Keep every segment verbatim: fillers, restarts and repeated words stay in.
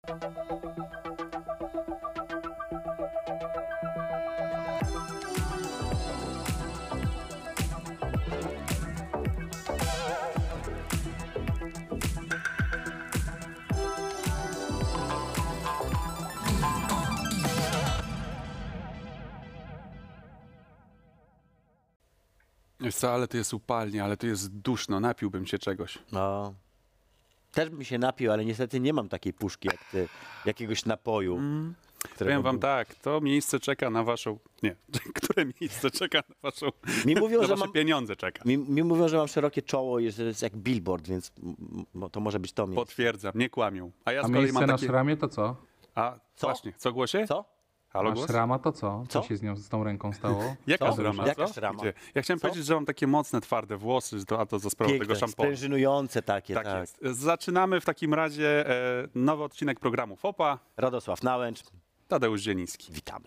Wiesz co, ale tu jest upalnie, ale tu jest duszno, napiłbym się czegoś. No. Też bym się napił, ale niestety nie mam takiej puszki jak ty, jakiegoś napoju. Mm. którego Powiem wam bym- tak, to miejsce czeka na waszą... Nie, które miejsce czeka na waszą... Mi mówią, na że wasze mam, pieniądze czeka. mi, mi mówią, że mam szerokie czoło i że jest jak billboard, więc m- m- to może być to miejsce. Potwierdzam, nie kłamią. A ja A z kolei miejsce mam na takie... szramie to co? A, Co? właśnie, co głosie? Co? Halo, A głos? szrama to co? Co Co? się z nią, z tą ręką stało? Jaka Co? szrama? Jaka co? szrama? Gdzie? Ja chciałem Co? powiedzieć, że mam takie mocne, twarde włosy, że to, a to za sprawą tego Piękne, szamponu. sprężynujące takie, Tak, tak. jest. Zaczynamy w takim razie e, nowy odcinek programu FOPA. Radosław Nałęcz, Tadeusz Zieliński. witamy.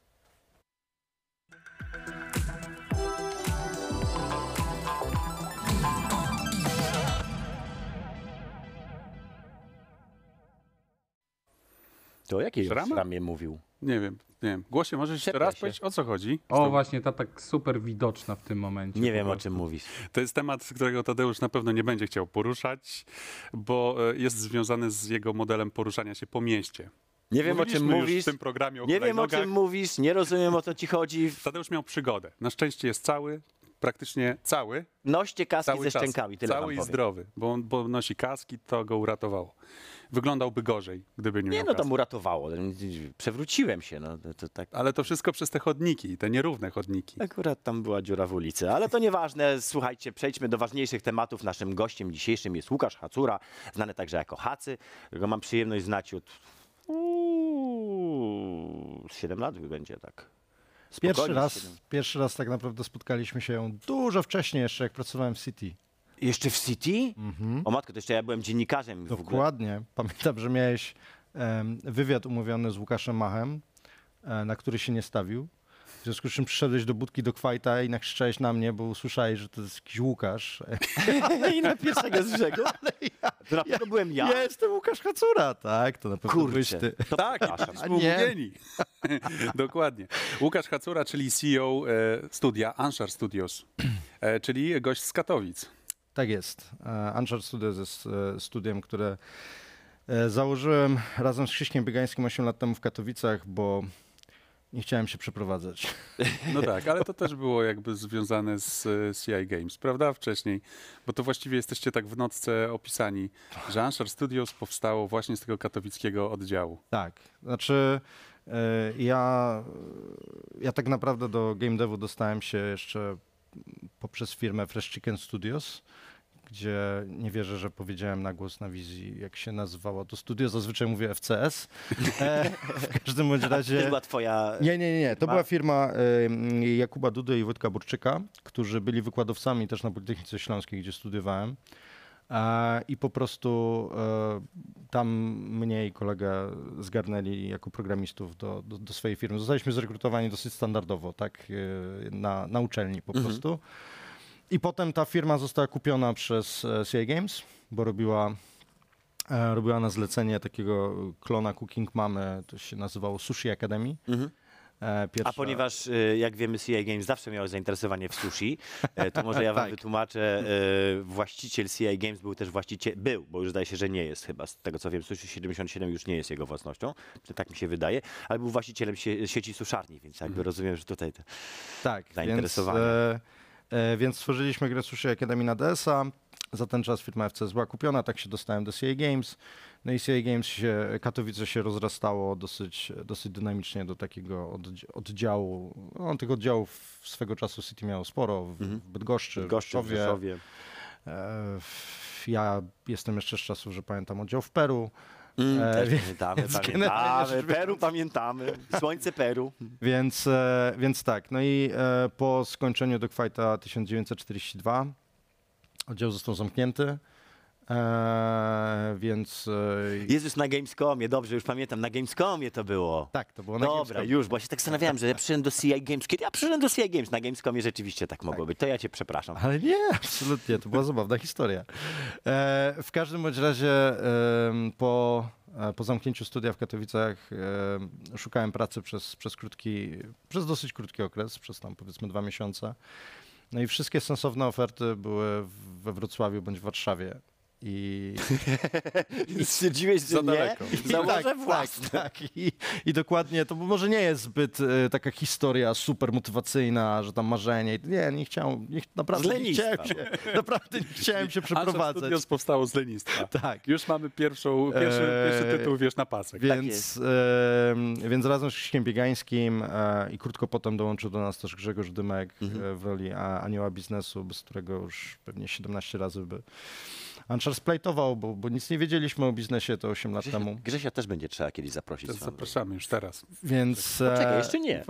To o jakiej Szrama? szramie mówił? Nie wiem, nie wiem. Głosie, możesz jeszcze Szepnę raz się. powiedzieć, o co chodzi? Z O, tą- właśnie, ta tak super widoczna w tym momencie. Nie po wiem, o prostu. czym mówisz. To jest temat, którego Tadeusz na pewno nie będzie chciał poruszać, bo e, jest związany z jego modelem poruszania się po mieście. Nie wiem, o czym Mówiliśmy już mówisz. w tym programie o Nie wiem, o hulajnogach. czym mówisz. Nie rozumiem, o co ci chodzi. Tadeusz miał przygodę. Na szczęście jest cały, praktycznie cały, Noście kaski cały ze czas. szczękami, tyle Cały wam i powiem. zdrowy, bo, on- bo nosi kaski, to go uratowało. Wyglądałby gorzej, gdyby nie Nie, miał no tam kaski. uratowało. Przewróciłem się. No, to, to tak. Ale to wszystko przez te chodniki, te nierówne chodniki. Akurat tam była dziura w ulicy, ale to nieważne. Słuchajcie, przejdźmy do ważniejszych tematów. Naszym gościem dzisiejszym jest Łukasz Hacura, znany także jako Hacy, którego mam przyjemność znać od uuu, siedem lat będzie tak. Pierwszy Spokojnie, raz, siedem. pierwszy raz tak naprawdę spotkaliśmy się dużo wcześniej jeszcze, jak pracowałem w City. Jeszcze w City? Mhm. O matko, to jeszcze ja byłem dziennikarzem w ogóle. Dokładnie. Pamiętam, że miałeś em, wywiad umówiony z Łukaszem Machem, e, na który się nie stawił. W związku z czym przyszedłeś do budki do Kwajta i nakrzyczałeś na mnie, bo usłyszałeś, że to jest jakiś Łukasz. I na pierwszego z brzegu? To na pewno byłem ja. Ja jestem Łukasz Hacura, tak, to na pewno byłeś Kurczę. ty. To Tak, przepraszam. jesteśmy A nie. umówieni. Dokładnie. Łukasz Hacura, czyli C E O e, studia Anshar Studios, e, czyli gość z Katowic. Tak jest. E, Anshar Studios jest e, studiem, które e, założyłem razem z Krzyśkiem Biegańskim osiem lat temu w Katowicach, bo nie chciałem się przeprowadzać. No tak, ale to też było jakby związane z e, C I Games, prawda? Wcześniej, bo to właściwie jesteście tak w nocce opisani, że Anshar Studios powstało właśnie z tego katowickiego oddziału. Tak, znaczy e, ja, ja tak naprawdę do game devu dostałem się jeszcze poprzez firmę Fresh Chicken Studios, gdzie nie wierzę, że powiedziałem na głos na wizji, jak się nazywało to studio, zazwyczaj mówię F C S. E, w każdym bądź To razie... była twoja... Nie, nie, nie, nie. To Ma- była firma e, Jakuba Dudy i Wojtka Burczyka, którzy byli wykładowcami też na Politechnice Śląskiej, gdzie studiowałem. E, I po prostu e, tam mnie i kolegę zgarnęli jako programistów do, do, do swojej firmy. Zostaliśmy zrekrutowani dosyć standardowo, tak, e, na, na uczelni po Mhm. prostu. I potem ta firma została kupiona przez e, C I Games, bo robiła, e, robiła na zlecenie takiego klona Cooking Mamy, to się nazywało Sushi Academy. Mhm. E, pierwsza... A ponieważ, y, jak wiemy, C I Games zawsze miało zainteresowanie w sushi, e, to może ja wam Tak. wytłumaczę. e, Właściciel C I Games był też właściciel, był, bo już zdaje się, że nie jest chyba, z tego co wiem, Sushi siedemdziesiąt siedem już nie jest jego własnością, czy tak mi się wydaje, ale był właścicielem sie, sieci suszarni, więc jakby rozumiem, że tutaj... To... Tak, więc, zainteresowania. e, e, więc stworzyliśmy grę Sushi Academy na D S a. Za ten czas firma F C S była kupiona, tak się dostałem do C I Games. No i C I Games się, Katowice się rozrastało dosyć, dosyć dynamicznie do takiego oddzie- oddziału. No, tych oddziałów swego czasu City miało sporo, w, Mhm. w Bydgoszczy, w Goszczy w Rzeszowie. Rzeszowie. E, w- ja jestem jeszcze z czasów, że pamiętam oddział w Peru. Mm, E, też więc- pamiętamy, więc pamiętamy. generalnie rzecz Peru biorąc- pamiętamy. Słońce Peru. Więc, e, więc tak, no i e, po skończeniu Dogfighta tysiąc dziewięćset czterdzieści dwa oddział został zamknięty E, więc e, Jezus, na Gamescomie, dobrze, już pamiętam, na Gamescomie to było. tak, to było na Dobra, Gamescomie. już, bo ja się tak zastanawiałem, że ja przyszedłem do C I Games. Kiedy ja przyszedłem do C I Games? Na Gamescomie rzeczywiście tak mogło być. To ja cię przepraszam. Ale nie, absolutnie, to była zabawna historia. E, w każdym bądź razie e, po, e, po zamknięciu studia w Katowicach e, szukałem pracy przez, przez krótki, przez dosyć krótki okres, przez tam powiedzmy dwa miesiące. No i wszystkie sensowne oferty były w- we Wrocławiu bądź w Warszawie. I, I stwierdziłeś, że Za nie? daleko. I założę tak, własne. tak, tak. I, I dokładnie, to może nie jest zbyt e, taka historia super motywacyjna, że tam marzenie. Nie, nie chciałem, nie, naprawdę Z nie lenistwa. chciałem się, naprawdę nie chciałem się Answer przeprowadzać. Studios powstało z lenistwa. Tak. Już mamy pierwszą, pierwszy, Eee, pierwszy tytuł, wiesz, na pasek. Więc, e, więc razem z Krzyśkiem Biegańskim e, i krótko potem dołączył do nas też Grzegorz Dymek e, w roli a, anioła biznesu, bez którego już pewnie siedemnaście razy by Anchor splajtował, bo, bo nic nie wiedzieliśmy o biznesie to osiem lat Grzesia, temu. Grzesia też będzie trzeba kiedyś zaprosić. To swoją zapraszamy już teraz. Więc, Czekaj, e, jeszcze nie.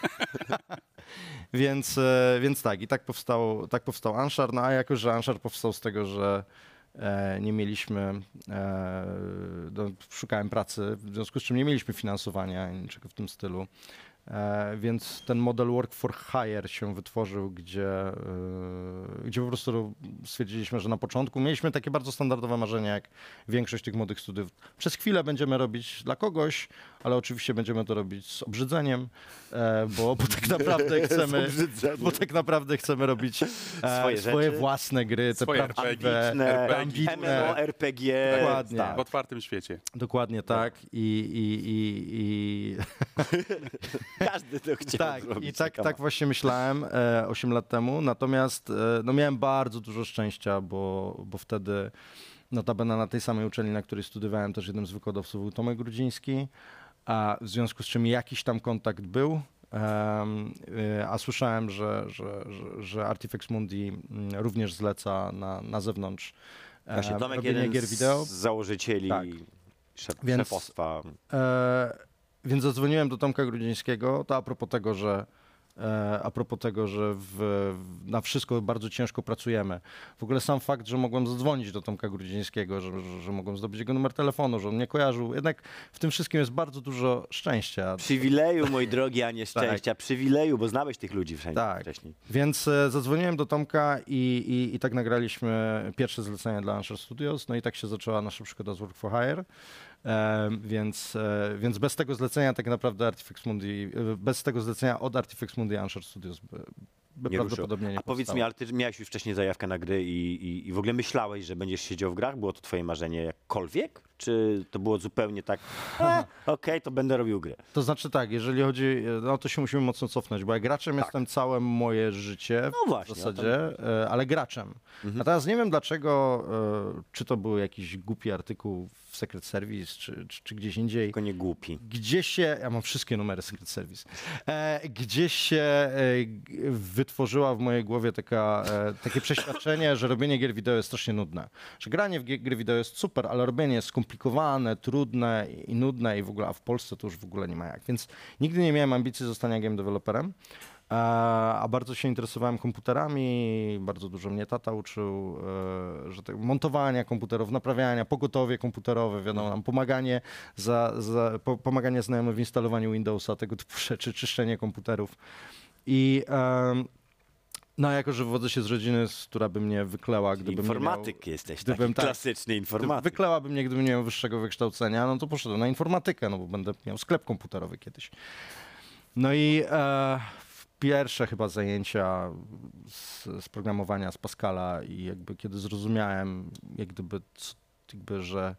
Więc, e, więc tak, i tak powstał, tak powstał Anshar, no a jako, że Anshar powstał z tego, że e, nie mieliśmy, e, no, szukałem pracy, w związku z czym nie mieliśmy finansowania ani niczego w tym stylu. E, więc ten model work for hire się wytworzył, gdzie, e, gdzie po prostu stwierdziliśmy, że na początku mieliśmy takie bardzo standardowe marzenia, jak większość tych młodych studiów. Przez chwilę będziemy robić dla kogoś, ale oczywiście będziemy to robić z obrzydzeniem, e, bo, bo tak naprawdę chcemy, obrzydzeniem. bo tak naprawdę chcemy robić e, Swoje swoje rzeczy. własne gry, te Swoje prawdziwe, Ambitne, ambitne. M M O, R P G. Dokładnie. Tak. W otwartym świecie. Dokładnie tak. I, i, i, i Każdy to chciał tak, zrobić. i tak, Taka tak właśnie myślałem e, osiem lat temu, natomiast e, no miałem bardzo dużo szczęścia, bo, bo wtedy notabene na tej samej uczelni, na której studiowałem, też jednym z wykładowców był Tomek Grudziński, a w związku z czym jakiś tam kontakt był, em, e, a słyszałem, że, że, że, że Artifex Mundi mm, również zleca na, na zewnątrz e, Właśnie, Tomek robienie jeden gier wideo. z założycieli Tak. szef, Więc- szefostwa. E, więc zadzwoniłem do Tomka Grudzińskiego, to a propos tego, że e, a propos tego, że w, w, na wszystko bardzo ciężko pracujemy. W ogóle sam fakt, że mogłem zadzwonić do Tomka Grudzińskiego, że, że, że mogłem zdobyć jego numer telefonu, że on mnie kojarzył. Jednak w tym wszystkim jest bardzo dużo szczęścia. Przywileju, mój drogi, a nie szczęścia. Przywileju, bo znałeś tych ludzi wszędzie Tak. wcześniej. Więc e, zadzwoniłem do Tomka i, i, i tak nagraliśmy pierwsze zlecenie dla Anchor Studios. No i tak się zaczęła nasza przygoda z Work for Hire. E, więc, e, więc bez tego zlecenia tak naprawdę Artifex Mundi, e, bez tego zlecenia od Artifex Mundi Anchor Studios by, by Nie prawdopodobnie nie A powiedz powstało. mi, ale ty miałeś już wcześniej zajawkę na gry i, i, i w ogóle myślałeś, że będziesz siedział w grach? Było to twoje marzenie jakkolwiek? Czy to było zupełnie tak, e, okej, to będę robił gry? To znaczy tak, jeżeli chodzi, no to się musimy mocno cofnąć, bo ja graczem jestem całe moje życie Tak. No właśnie, w o to zasadzie, e, ale graczem. Mhm. A teraz nie wiem dlaczego, e, czy to był jakiś głupi artykuł w Secret Service, czy, czy, czy gdzieś indziej. Tylko nie głupi. Gdzieś się, ja mam wszystkie numery Secret Service, e, gdzieś się e, g- wytworzyła w mojej głowie taka, e, takie przeświadczenie, że robienie gier wideo jest strasznie nudne. Że granie w gie- gry wideo jest super, ale robienie jest skomplikowane, trudne i, i nudne i w ogóle, a w Polsce to już w ogóle nie ma jak. Więc nigdy nie miałem ambicji zostania game developerem. E, A bardzo się interesowałem komputerami, bardzo dużo mnie tata uczył, e, że tak, montowania komputerów, naprawiania, pogotowie komputerowe, wiadomo, nam pomaganie, za, za, po, pomaganie znajomym w instalowaniu Windowsa, tego typu rzeczy, czyszczenie komputerów. I em, no, jako że wywodzę się z rodziny, z- która by mnie wykleła, gdybym Informatyk nie miał, jesteś, gdybym taki tak- klasyczny gdyby informatyk. wyklełaby mnie, gdybym nie miał wyższego wykształcenia, no to poszedłem na informatykę, no bo będę miał sklep komputerowy kiedyś. No i e, pierwsze chyba zajęcia z, z programowania, z Pascala i jakby kiedy zrozumiałem, jak gdyby, c- jakby że,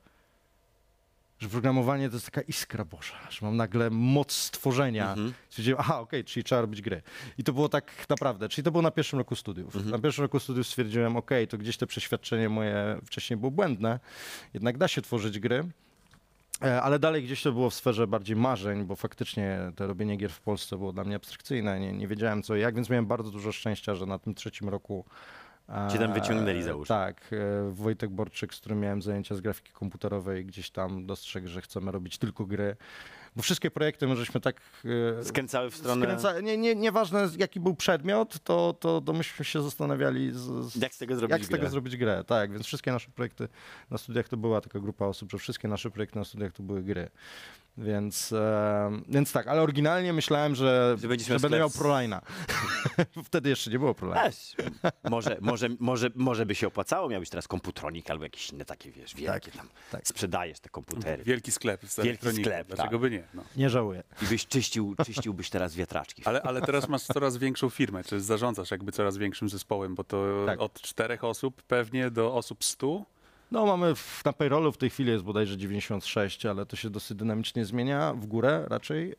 że programowanie to jest taka iskra Boża, że mam nagle moc stworzenia. Mhm. Stwierdziłem, aha, okej, czyli trzeba robić gry. I to było tak naprawdę, czyli to było na pierwszym roku studiów. Mhm. Na pierwszym roku studiów stwierdziłem, okej, to gdzieś te przeświadczenie moje wcześniej było błędne, jednak da się tworzyć gry. E, Ale dalej gdzieś to było w sferze bardziej marzeń, bo faktycznie to robienie gier w Polsce było dla mnie abstrakcyjne. Nie, nie wiedziałem co i jak, więc miałem bardzo dużo szczęścia, że na tym trzecim roku Cię tam wyciągnęli, załóżmy. Tak, e, Wojtek Borczyk, z którym miałem zajęcia z grafiki komputerowej, gdzieś tam dostrzegł, że chcemy robić tylko gry. Bo wszystkie projekty my żeśmy tak... e, Skręcały w stronę... Skręca... Nie, nie, nieważne jaki był przedmiot, to, to, to myśmy się zastanawiali, z, z... Jak z tego zrobić jak z grę? tego zrobić grę. Tak, więc wszystkie nasze projekty na studiach to była taka grupa osób, że wszystkie nasze projekty na studiach to były gry. Więc, e, więc tak, ale oryginalnie myślałem, że, Że będziesz że miał będę miał sklep z- Proline'a. Wtedy jeszcze nie było Proline'a. Weź. Może, może, może, może by się opłacało, miałbyś teraz komputronik albo jakieś inne takie, wiesz, wielkie tam. tak. Sprzedajesz te komputery. Wielki sklep z Wielki elektroniką. sklep, Dlaczego tak. by nie? No. Nie żałuję. I byś czyścił, czyściłbyś teraz wiatraczki. Ale, ale teraz masz coraz większą firmę, czy zarządzasz jakby coraz większym zespołem, bo to Tak. od czterech osób pewnie do osób stu. No mamy w, na payrollu w tej chwili jest bodajże dziewięćdziesiąt sześć, ale to się dosyć dynamicznie zmienia, w górę raczej.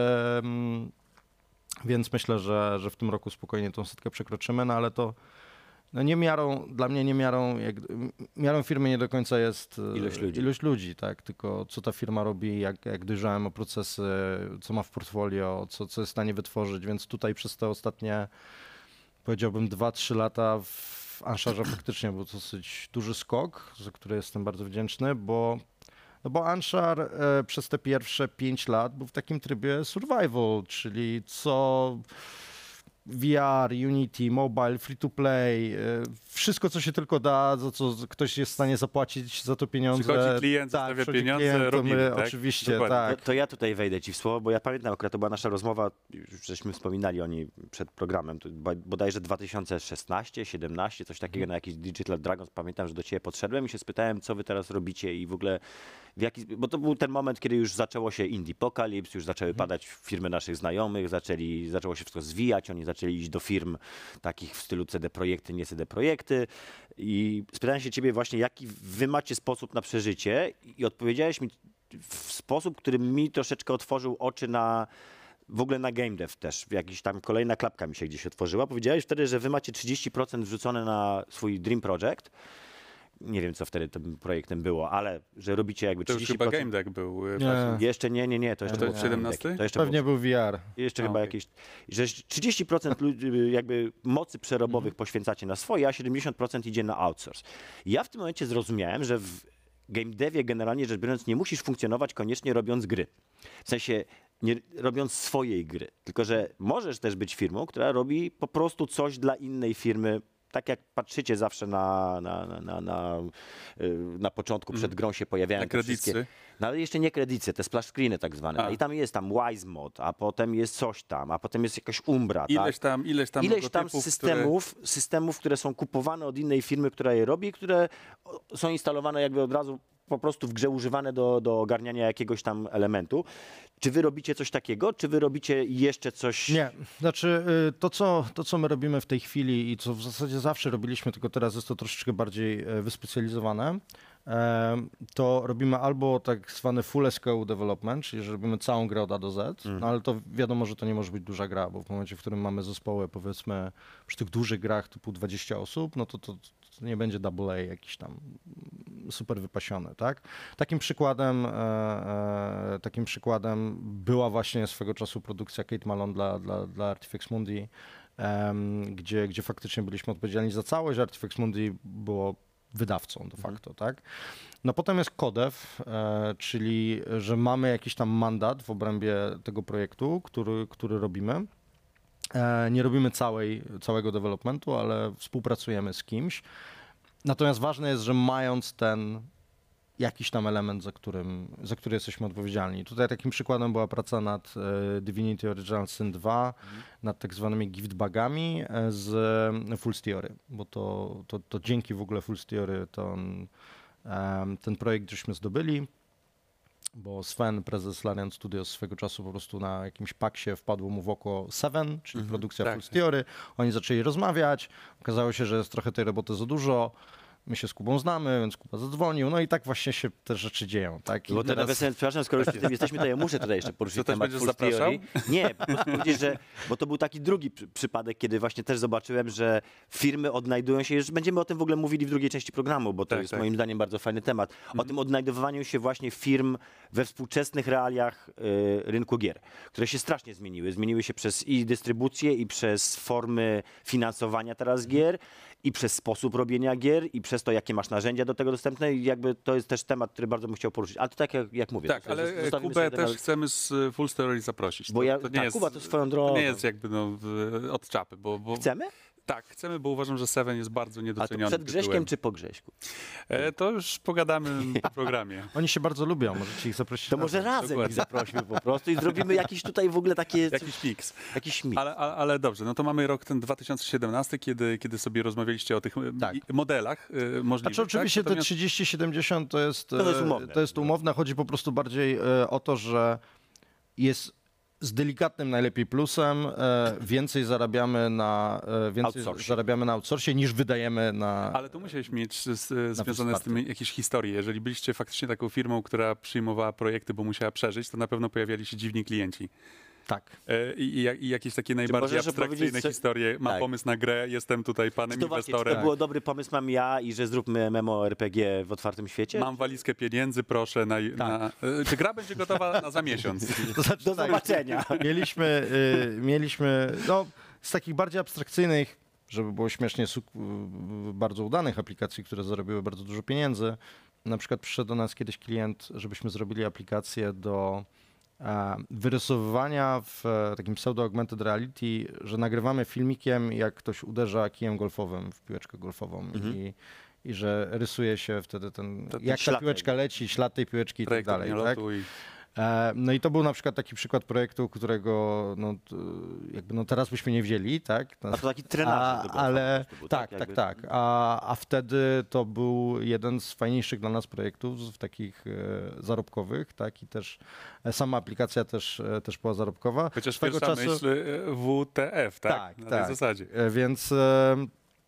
Em, więc myślę, że, że w tym roku spokojnie tą setkę przekroczymy, no ale to no nie miarą, dla mnie nie miarą, jak, miarą firmy nie do końca jest e, Ilość ludzi. ilość ludzi, tak, tylko co ta firma robi, jak, jak dojrzałem o procesy, co ma w portfolio, co, co jest w stanie wytworzyć, więc tutaj przez te ostatnie, powiedziałbym, dwa trzy lata w w Ansharze faktycznie był dosyć duży skok, za który jestem bardzo wdzięczny, bo, no bo Anshar e, przez te pierwsze pięć lat był w takim trybie survival, czyli co V R, Unity, mobile, free to play, e, wszystko co się tylko da, za co ktoś jest w stanie zapłacić za to pieniądze. Przychodzi klient, tak, zostawia przychodzi pieniądze, klient, to robimy, my, tak? Oczywiście, Dokładnie. tak. To, to ja tutaj wejdę ci w słowo, bo ja pamiętam, akurat to była nasza rozmowa, już żeśmy wspominali o niej przed programem, to bo- bodajże dwa tysiące szesnaście, siedemnaście, coś takiego na jakiś Digital Dragons. Pamiętam, że do ciebie podszedłem i się spytałem, co wy teraz robicie i w ogóle w jaki, bo to był ten moment, kiedy już zaczęło się Indiepocalypse, już zaczęły padać firmy naszych znajomych, zaczęli, zaczęło się wszystko zwijać, oni zaczęli iść do firm takich w stylu C D Projekty, nie C D Projekty i spytałem się ciebie właśnie, jaki wy macie sposób na przeżycie i odpowiedziałeś mi w sposób, który mi troszeczkę otworzył oczy na w ogóle na game dev też. Jakiś tam kolejna klapka mi się gdzieś otworzyła. Powiedziałeś wtedy, że wy macie trzydzieści procent wrzucone na swój Dream Project. Nie wiem, co wtedy tym projektem było, ale że robicie jakby To już trzydzieści chyba procent. Game Deck był. e, Nie. właśnie. Jeszcze nie, nie, nie. To jeszcze to było jest siedemnasty? To jeszcze Pewnie było, był V R. jeszcze A, chyba okej. jakieś, że trzydzieści procent ludzi, jakby mocy przerobowych poświęcacie na swoje, a siedemdziesiąt procent idzie na outsource. I ja w tym momencie zrozumiałem, że w game devie generalnie rzecz biorąc nie musisz funkcjonować koniecznie robiąc gry. W sensie nie robiąc swojej gry, tylko że możesz też być firmą, która robi po prostu coś dla innej firmy. Tak jak patrzycie zawsze na, na, na, na, na, y, na początku, przed grą się pojawiają Na te wszystkie... kredycy. No ale jeszcze nie kredycy, te splash screeny tak zwane. A. I tam jest tam Wise Mod, a potem jest coś tam, a potem jest jakaś Umbra. Ileś tak? tam, ileś tam, Ileś tam logotypów, systemów, systemów, które są kupowane od innej firmy, która je robi, które o, są instalowane jakby od razu po prostu w grze używane do, do ogarniania jakiegoś tam elementu. Czy wy robicie coś takiego, czy wy robicie jeszcze coś... Nie, znaczy y, to co, to, co my robimy w tej chwili i co w zasadzie zawsze robiliśmy, tylko teraz jest to troszeczkę bardziej e, wyspecjalizowane, e, to robimy albo tak zwany full S K U development, czyli że robimy całą grę od A do Z, no ale to wiadomo, że to nie może być duża gra, bo w momencie, w którym mamy zespoły, powiedzmy, przy tych dużych grach typu dwadzieścia osób, no to to, to nie będzie double A jakiś tam super wypasiony, tak? Takim przykładem, e, e, takim przykładem była właśnie swego czasu produkcja Kate Malone dla, dla, dla Artifex Mundi, em, gdzie, gdzie faktycznie byliśmy odpowiedzialni za całość. Artifex Mundi było wydawcą de facto, tak? No potem jest Codev, e, czyli że mamy jakiś tam mandat w obrębie tego projektu, który, który robimy. E, nie robimy całej, całego developmentu, ale współpracujemy z kimś. Natomiast ważne jest, że mając ten jakiś tam element, za, którym, za który jesteśmy odpowiedzialni. Tutaj takim przykładem była praca nad e, Divinity Original Sin dwa, mhm. nad tak zwanymi giftbagami e, z e, Fool's Theory, bo to, to, to dzięki w ogóle Fool's Theory ten, e, ten projekt żeśmy zdobyli, bo Sven, prezes Larian Studios swego czasu po prostu na jakimś paksie wpadło mu w oko Seven, czyli Mhm, produkcja tak, Fool's Theory. Oni zaczęli rozmawiać, okazało się, że jest trochę tej roboty za dużo. My się z Kubą znamy, więc Kuba zadzwonił, no i tak właśnie się te rzeczy dzieją. Tak? I Bo teraz... nawiasem, przepraszam, skoro już przy tym jesteśmy, to ja muszę tutaj jeszcze poruszyć To też temat będziesz Full zapraszał? Theory. Nie, po prostu powiedzieć, że, bo to był taki drugi przy, przypadek, kiedy właśnie też zobaczyłem, że firmy odnajdują się, już będziemy o tym w ogóle mówili w drugiej części programu, bo to Tak, jest tak. moim zdaniem bardzo fajny temat, o tym odnajdowaniu się właśnie firm we współczesnych realiach y, rynku gier, które się strasznie zmieniły. Zmieniły się przez i dystrybucję, i przez formy finansowania teraz gier, i przez sposób robienia gier, i przez to, jakie masz narzędzia do tego dostępne i jakby to jest też temat, który bardzo bym chciał poruszyć. Ale to tak jak, jak mówię. Tak, to ale zostawimy Kubę sobie też ten- chcemy z Full Story zaprosić. Bo to, ja- to nie tak, jest, Kuba to swoją To drogą. nie jest jakby no, w- od czapy, bo, bo Chcemy? tak, chcemy, bo uważam, że Seven jest bardzo A to niedoceniony przed Grześkiem tytułem. czy po Grześku? E, to już pogadamy po programie. Oni się bardzo lubią, możecie ich zaprosić. To może razem dokładnie. ich zaprośmy po prostu i zrobimy jakiś tutaj w ogóle takie... Jakiś mix. Jakiś mix. Ale, ale, ale dobrze, no to mamy rok ten dwa tysiące siedemnasty, kiedy, kiedy sobie rozmawialiście o tych Tak. i- modelach y, możliwych. Znaczy oczywiście tak? te Natomiast- trzydzieści siedemdziesiąt to jest, To jest e, umowne. to jest umowne. Chodzi po prostu bardziej e, o to, że jest z delikatnym najlepiej plusem, e, więcej zarabiamy na e, więcej Outsourcie. zarabiamy na outsourcie niż wydajemy na. Ale tu musiałeś mieć z, z, związane z tym wsparcie. jakieś historie. Jeżeli byliście faktycznie taką firmą, która przyjmowała projekty, bo musiała przeżyć, to na pewno pojawiali się dziwni klienci. Tak. E, I, i, jak- i jakieś takie najbardziej możesz abstrakcyjne opowiedzieć, co- historie. Mam tak. pomysł na grę, jestem tutaj panem To właśnie, czy inwestorem. to było dobry pomysł, mam ja i że zróbmy MMORPG w otwartym świecie? Mam walizkę pieniędzy, proszę. Na, na, e, czy gra będzie gotowa na za miesiąc? To znaczy, Do tak, zobaczenia. Mieliśmy, y, mieliśmy no, z takich bardziej abstrakcyjnych, żeby było śmiesznie, suk- y, bardzo udanych aplikacji, które zarobiły bardzo dużo pieniędzy. Na przykład przyszedł do nas kiedyś klient, żebyśmy zrobili aplikację do e, wyrysowywania w e, takim pseudo-augmented reality, że nagrywamy filmikiem, jak ktoś uderza kijem golfowym w piłeczkę golfową Mhm. i, i że rysuje się wtedy ten, To ten jak ta ślad piłeczka leci, ślad tej piłeczki i tak Trajektoria dalej. Tak? lotu i... E, No i to był na przykład taki przykład projektu, którego no, t- jakby no teraz byśmy nie wzięli, tak? A to taki trenaż. A, ale tak, tak, tak. A, a wtedy to był jeden z fajniejszych dla nas projektów, z- w takich e, zarobkowych, tak? I też e, sama aplikacja też, e, też była zarobkowa. Chociaż Swego pierwsza czasu- myśl e, W T F, tak? Tak, Na tak. tej zasadzie. E, Więc, e,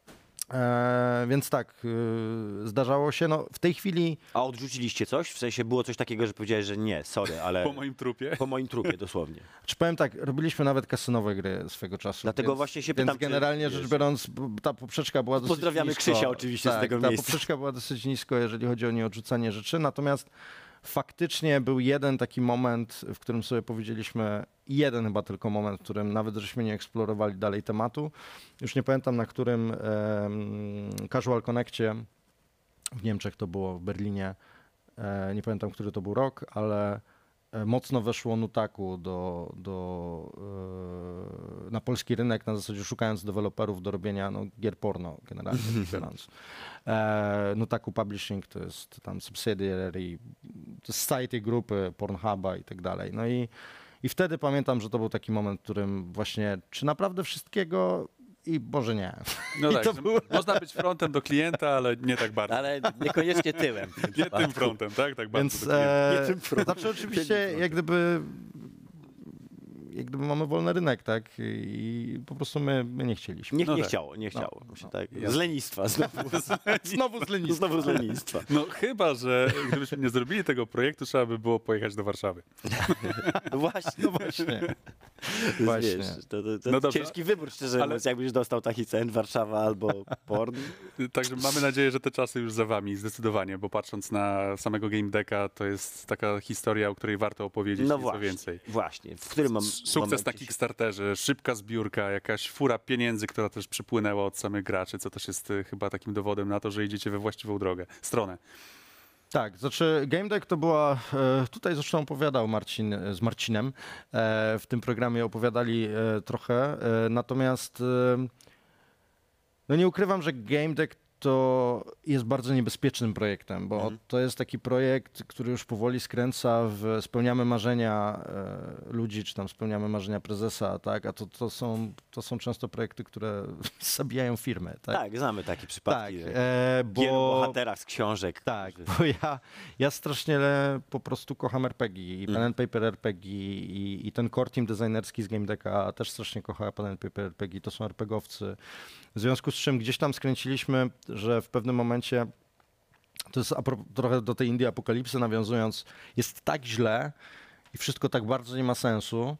e, więc tak, e, zdarzało się. No, w tej chwili A odrzuciliście coś? W sensie było coś takiego, że powiedziałeś, że nie, sorry, ale Po moim trupie. po moim trupie dosłownie. Czy powiem tak, robiliśmy nawet kasynowe gry swego czasu. Dlatego więc, właśnie się Więc pytam, czy- generalnie rzecz wiesz- biorąc, b- ta poprzeczka była dosyć Pozdrawiamy nisko. Krzysia oczywiście z tak, tego ta miejsca. poprzeczka była dosyć nisko, jeżeli chodzi o nieodrzucanie rzeczy, natomiast faktycznie był jeden taki moment, w którym sobie powiedzieliśmy, jeden chyba tylko moment, w którym nawet żeśmy nie eksplorowali dalej tematu. Już nie pamiętam, na którym em, Casual Connectie w Niemczech to było, w Berlinie, e, nie pamiętam, który to był rok, ale e, mocno weszło Nutaku do, do, e, na polski rynek, na zasadzie szukając deweloperów do robienia no, gier porno, generalnie rzecz biorąc. E, Nutaku Publishing to jest tam subsidiary, to jest site tej grupy Pornhuba i tak dalej. No i, i wtedy pamiętam, że to był taki moment, w którym właśnie, czy naprawdę wszystkiego i może nie. No I tak, to że było- można być frontem do klienta, ale nie tak bardzo. Ale niekoniecznie tyłem. Nie tym frontem, tak? Tak bardzo Więc do klienta. e, Nie tym frontem. znaczy oczywiście jak gdyby jak gdyby mamy wolny rynek, tak? I po prostu my, my nie chcieliśmy. Nie, No nie tak. chciało, nie chciało. no, Się tak, jasne. z lenistwa znowu. Znowu z lenistwa. Znowu z lenistwa. No chyba, że gdybyśmy nie zrobili tego projektu, trzeba by było pojechać do Warszawy. No właśnie. No właśnie. Wiesz, Właśnie. to, to, to No dobrze. ciężki wybór, szczerze Ale- mówiąc, jakbyś dostał taki cen Warszawa albo porn. Także mamy nadzieję, że te czasy już za wami, zdecydowanie, bo patrząc na samego Game Decka, to jest taka historia, o której warto opowiedzieć No nieco właśnie, więcej. właśnie. W którym mam Sukces momencie na się- Kickstarterze, szybka zbiórka, jakaś fura pieniędzy, która też przypłynęła od samych graczy, co też jest y, chyba takim dowodem na to, że idziecie we właściwą drogę, stronę. Tak, znaczy Game Deck to była, e, tutaj zresztą opowiadał Marcin e, z Marcinem, e, w tym programie opowiadali e, trochę, e, natomiast e, no nie ukrywam, że Game Deck to jest bardzo niebezpiecznym projektem, bo Mhm. to jest taki projekt, który już powoli skręca w spełniamy marzenia e, ludzi, czy tam spełniamy marzenia prezesa, tak, a to, to, są, to są często projekty, które zabijają firmy, tak. Tak, znamy takie Tak, przypadki. Tak, e, Wielu bo... bohaterach z książek. Tak, którzy- bo ja, ja strasznie po prostu kocham er pe gie i Mm. pen and paper er pe gie i, i ten core team designerski z Game Decka też strasznie kocha pen and paper er pe gie, to są RPGowcy. W związku z czym gdzieś tam skręciliśmy, że w pewnym momencie, to jest a propos, trochę do tej Indie Apokalipsy nawiązując, jest tak źle i wszystko tak bardzo nie ma sensu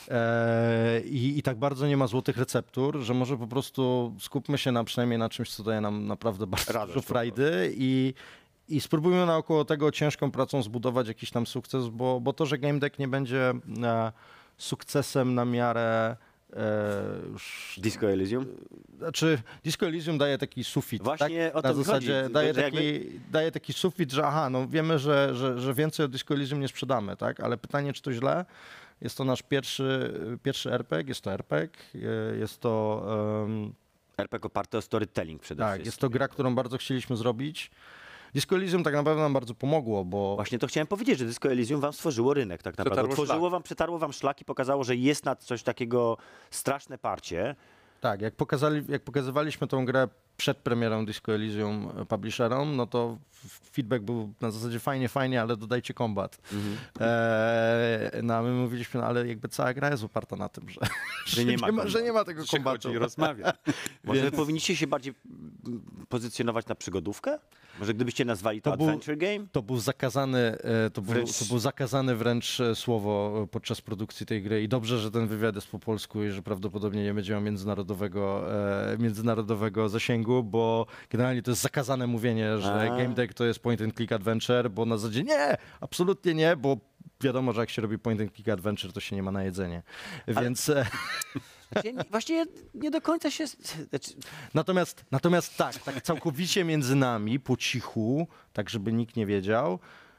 e, i, i tak bardzo nie ma złotych receptur, że może po prostu skupmy się na przynajmniej na czymś, co daje nam naprawdę bardzo Radość dużo po frajdy i, i spróbujmy naokoło tego ciężką pracą zbudować jakiś tam sukces, bo, bo to, że Game Deck nie będzie e, sukcesem na miarę e, już Disco Elysium? Znaczy, Disco Elysium daje taki sufit, Właśnie tak? o to Na mi zasadzie chodzi, daje że taki, jakby- daje taki sufit, że aha, no wiemy, że, że, że więcej o Disco Elysium nie sprzedamy, tak? Ale pytanie, czy to źle? Jest to nasz pierwszy, pierwszy R P G, jest to R P G, e, jest to... Um, R P G oparty o storytelling przede tak, wszystkim. jest to gra, którą bardzo chcieliśmy zrobić. Disco Elysium tak naprawdę nam bardzo pomogło, bo... Właśnie to chciałem powiedzieć, że Disco Elysium wam stworzyło rynek tak naprawdę. Przetarło Otworzyło szlak. wam, przetarło wam szlak i pokazało, że jest na coś takiego straszne parcie. Tak, jak, pokazali, jak pokazywaliśmy tą grę przed premierą Disco Elysium publisherom, no to f- feedback był na zasadzie fajnie, fajnie, ale dodajcie kombat. Mhm. Eee, no a my mówiliśmy, no ale jakby cała gra jest oparta na tym, że, że, nie nie, ma ma, kombatu. że nie ma tego Się kombatu. chodzi i rozmawia. Może wy powinniście się bardziej mm, pozycjonować na przygodówkę? Może gdybyście nazwali to, To był- Adventure Game? To był zakazany, e, to był, Wręcz- to był zakazany wręcz e, słowo e, podczas produkcji tej gry i dobrze, że ten wywiad jest po polsku i że prawdopodobnie nie będzie miał międzynarodowego, e, międzynarodowego zasięgu, bo generalnie to jest zakazane mówienie, że A. game deck to jest point and click adventure, bo na zasadzie nie, absolutnie nie, bo wiadomo, że jak się robi point and click adventure, to się nie ma na jedzenie. Więc e, Właśnie, właśnie nie do końca się... Znaczy, natomiast, natomiast tak, tak całkowicie między nami, po cichu, tak żeby nikt nie wiedział,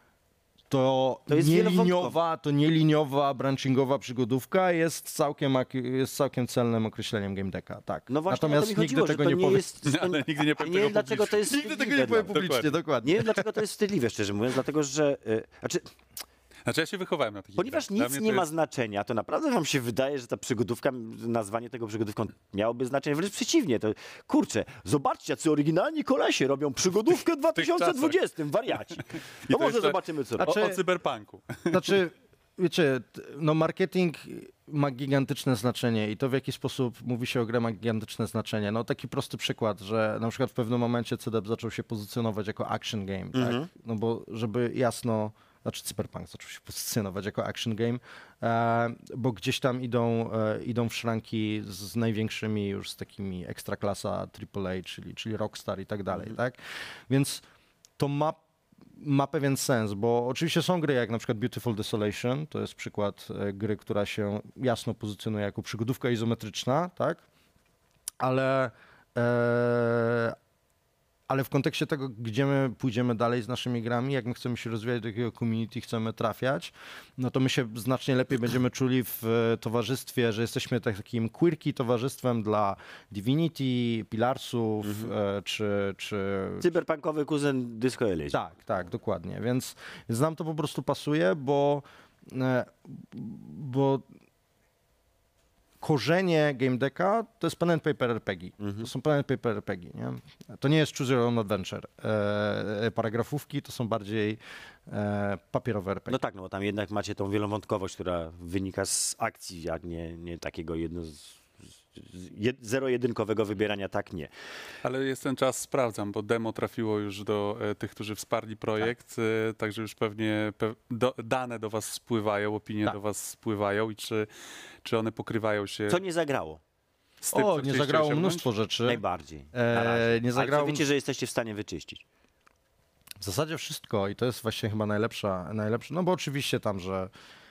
to, To jest nieliniowa, to nieliniowa, branchingowa przygodówka jest całkiem, ak- jest całkiem celnym określeniem game decka, tak. no właśnie o Natomiast to mi chodziło, nigdy że tego to nie nie powiem. jest... To Ale nigdy nie powiem nie tego wiem, dlaczego to jest Nigdy tego wstydliwe nie powiem dla- publicznie, Dokładnie. dokładnie. Nie wiem, dlaczego to jest wstydliwe, szczerze mówiąc, dlatego że... y, Znaczy, Znaczy ja się wychowałem na takich ponieważ grach. Dla nic mnie nie to ma jest- znaczenia, to naprawdę wam się wydaje, że ta przygodówka, nazwanie tego przygodówką miałoby znaczenie. Wręcz przeciwnie, to kurczę, zobaczcie, co oryginalni kolesie robią przygodówkę w dwa tysiące dwudziestym, wariaci. No to może jeszcze- zobaczymy, co O, robią. Znaczy- o cyberpunku. Znaczy, wiecie, t- no marketing ma gigantyczne znaczenie i to w jaki sposób mówi się o grę ma gigantyczne znaczenie. No taki prosty przykład, że na przykład w pewnym momencie C D P zaczął się pozycjonować jako action game, Mhm. tak? No bo żeby jasno, znaczy Cyberpunk zaczął się pozycjonować jako action game, e, bo gdzieś tam idą, e, idą w szranki z, z największymi już z takimi ekstraklasa triple A, czyli, czyli Rockstar i tak dalej, tak? Więc to ma ma pewien sens, bo oczywiście są gry jak na przykład Beautiful Desolation, to jest przykład e, gry, która się jasno pozycjonuje jako przygodówka izometryczna, tak? Ale, e, ale w kontekście tego, gdzie my pójdziemy dalej z naszymi grami, jak my chcemy się rozwijać, do jakiego community chcemy trafiać, no to my się znacznie lepiej będziemy czuli w e, towarzystwie, że jesteśmy tak- takim quirky towarzystwem dla Divinity, Pillarsów, e, czy, czy, Cyberpunkowy kuzyn Disco Elysium. tak, tak, dokładnie. Więc, więc nam to po prostu pasuje, bo, e, bo korzenie game decka to jest pen and paper R P G. To są pen and paper R P G, nie? To nie jest choose your own adventure. E, e, paragrafówki to są bardziej e, papierowe R P G. No tak, no bo tam jednak macie tą wielowątkowość, która wynika z akcji, jak nie, nie takiego jedno z, z, jed, zero-jedynkowego wybierania, tak nie. Ale jest ten czas, sprawdzam, bo demo trafiło już do e, tych, którzy wsparli projekt, e, także już pewnie pe, do, dane do was spływają, opinie Tak. do was spływają i czy, czy one pokrywają się Co nie zagrało? z tym, O, co nie chcieliście zagrało osiągnąć? mnóstwo rzeczy. Najbardziej. E, Na razie. nie Ale zagrało- co wiecie, że jesteście w stanie wyczyścić? W zasadzie wszystko i to jest właśnie chyba najlepsza, najlepsza no bo oczywiście tam, że,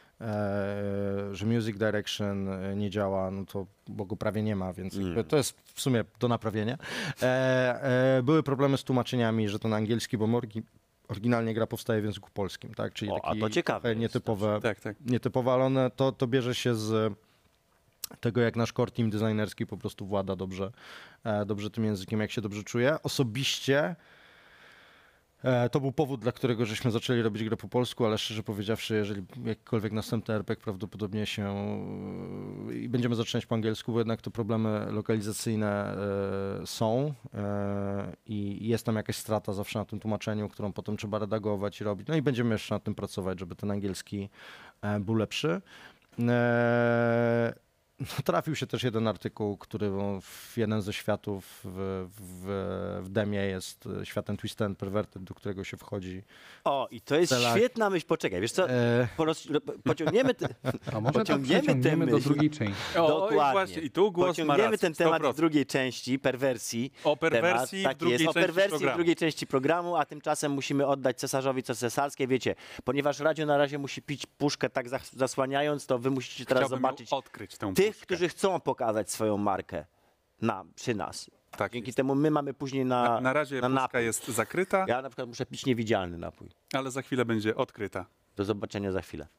e, że Music Direction e, nie działa, no to bo go prawie nie ma, więc jakby to jest w sumie do naprawienia. E, e, były problemy z tłumaczeniami, że to na angielski, bo morgi, oryginalnie gra powstaje w języku polskim, tak? Czyli O, a taki to ciekawe trochę jest nietypowe, Tak, tak. nietypowe, ale one, to, to bierze się z tego, jak nasz core team designerski po prostu włada dobrze, e, dobrze tym językiem, jak się dobrze czuje. Osobiście e, to był powód, dla którego żeśmy zaczęli robić grę po polsku, ale szczerze powiedziawszy, jeżeli jakikolwiek następny R P G prawdopodobnie się e, i będziemy zaczynać po angielsku, bo jednak te problemy lokalizacyjne e, są e, i jest tam jakaś strata zawsze na tym tłumaczeniu, którą potem trzeba redagować i robić. No i będziemy jeszcze nad tym pracować, żeby ten angielski e, był lepszy. E, no, trafił się też jeden artykuł, który w jeden ze światów w, w, w demie jest światem Twisted and Perverted, do którego się wchodzi. O, i to jest Celak. świetna myśl. Poczekaj, wiesz co? E, Poros, pociągniemy, te, A może to Pociągniemy przeciągniemy tę do myśl. drugiej części. O, Dokładnie. I, właśnie, i tu głos ma pociągniemy rację, ten temat sto procent. w drugiej części, perwersji. O perwersji temat, w drugiej tak jest, części o perwersji programu. w drugiej części programu, a tymczasem musimy oddać cesarzowi co cesarskie, wiecie, ponieważ radio na razie musi pić puszkę tak zas- zasłaniając, to wy musicie teraz Chciałbym ją zobaczyć odkryć tę tych, tych, którzy chcą pokazać swoją markę na, przy nas. Tak Dzięki jest. temu my mamy później na, Na, na razie na pustka napój. jest zakryta, Ja na przykład muszę pić niewidzialny napój. ale za chwilę będzie odkryta. Do zobaczenia za chwilę.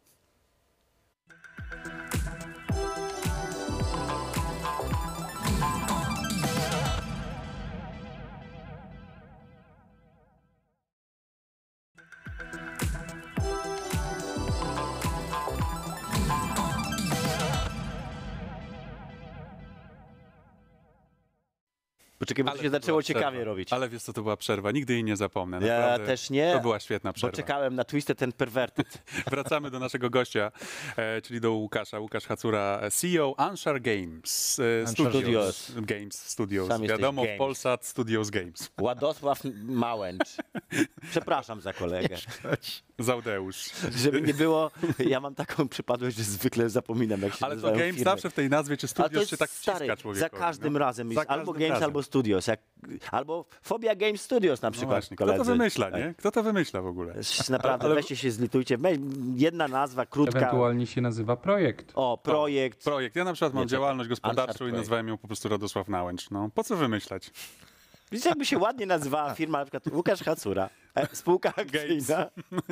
Poczekaj, bo Ale to się to zaczęło była ciekawie przerwa. robić. Ale wiesz co, to była przerwa. Nigdy jej nie zapomnę. Ja Naprawdę. też nie, To była świetna bo przerwa. czekałem na Twisted and Perverted. Wracamy do naszego gościa, e, czyli do Łukasza. Łukasz Hacura, C E O Anshar Games. E, Anshar Studios. Games Studios. Sam jesteś Wiadomo, Games. w Polsat Studios Games. Władosław Małęcz. Przepraszam za kolegę. Załdeusz. Żeby nie było, ja mam taką przypadłość, że zwykle zapominam, jak się Ale to nazywają Games firmy. zawsze w tej nazwie czy Ale to Studios jest się tak stary, wciska człowiekowi. za każdym no. razem jest Za albo każdym Games, razem. albo Studios. Jak, albo Fobia Games Studios na No przykład, właśnie, kto koledzy. to wymyśla, Tak. nie? Kto to wymyśla w ogóle? Naprawdę, Ale- weźcie się zlitujcie. Weź, jedna nazwa, krótka. Ewentualnie się nazywa projekt. O, projekt. Projekt. Ja na przykład mam Nie, czekaj. działalność gospodarczą Anshar i Projekt. nazwałem ją po prostu Radosław Nałęcz. No, po co wymyślać? Widzisz, jakby się ładnie nazywała firma, na przykład Łukasz Hacura, e, spółka akcyjna.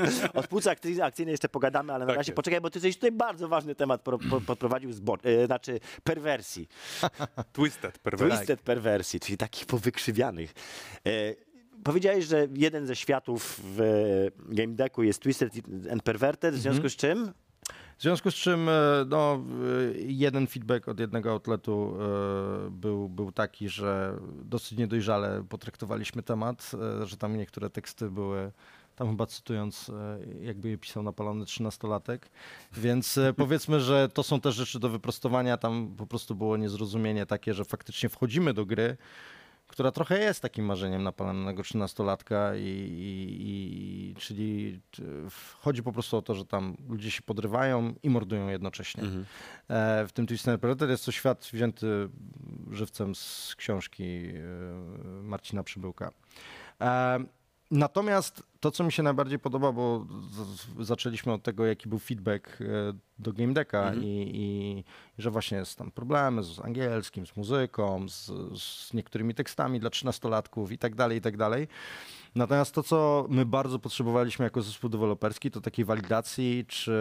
O spółce akcyjnej, akcyjnej jeszcze pogadamy, ale na Tak razie jest. poczekaj, bo ty coś tutaj bardzo ważny temat pro, po, podprowadził, z bo, e, znaczy perwersji. Twisted, perwersji. Twisted perwersji, czyli takich powykrzywianych. E, powiedziałeś, że jeden ze światów w e, Game Decku jest Twisted and Perverted, w związku z czym? W związku z czym e, no, e, jeden feedback od jednego outletu e, był, był taki, że dosyć niedojrzale potraktowaliśmy temat, e, że tam niektóre teksty były, tam chyba cytując, e, jakby je pisał napalony trzynastolatek, więc e, powiedzmy, że to są też rzeczy do wyprostowania, tam po prostu było niezrozumienie takie, że faktycznie wchodzimy do gry, która trochę jest takim marzeniem napalonego trzynastolatka i, i, i czyli czy, w- chodzi po prostu o to, że tam ludzie się podrywają i mordują jednocześnie. Mhm. E, w tym Twisted Predator jest to świat wzięty żywcem z książki e, Marcina Przybyłka. E, Natomiast to, co mi się najbardziej podoba, bo z- zaczęliśmy od tego, jaki był feedback e, do Game Decka Mhm. i, i że właśnie jest tam problemy z angielskim, z muzyką, z, z niektórymi tekstami dla trzynastolatków i tak dalej, i tak dalej. Natomiast to, co my bardzo potrzebowaliśmy jako zespół deweloperski, to takiej walidacji, czy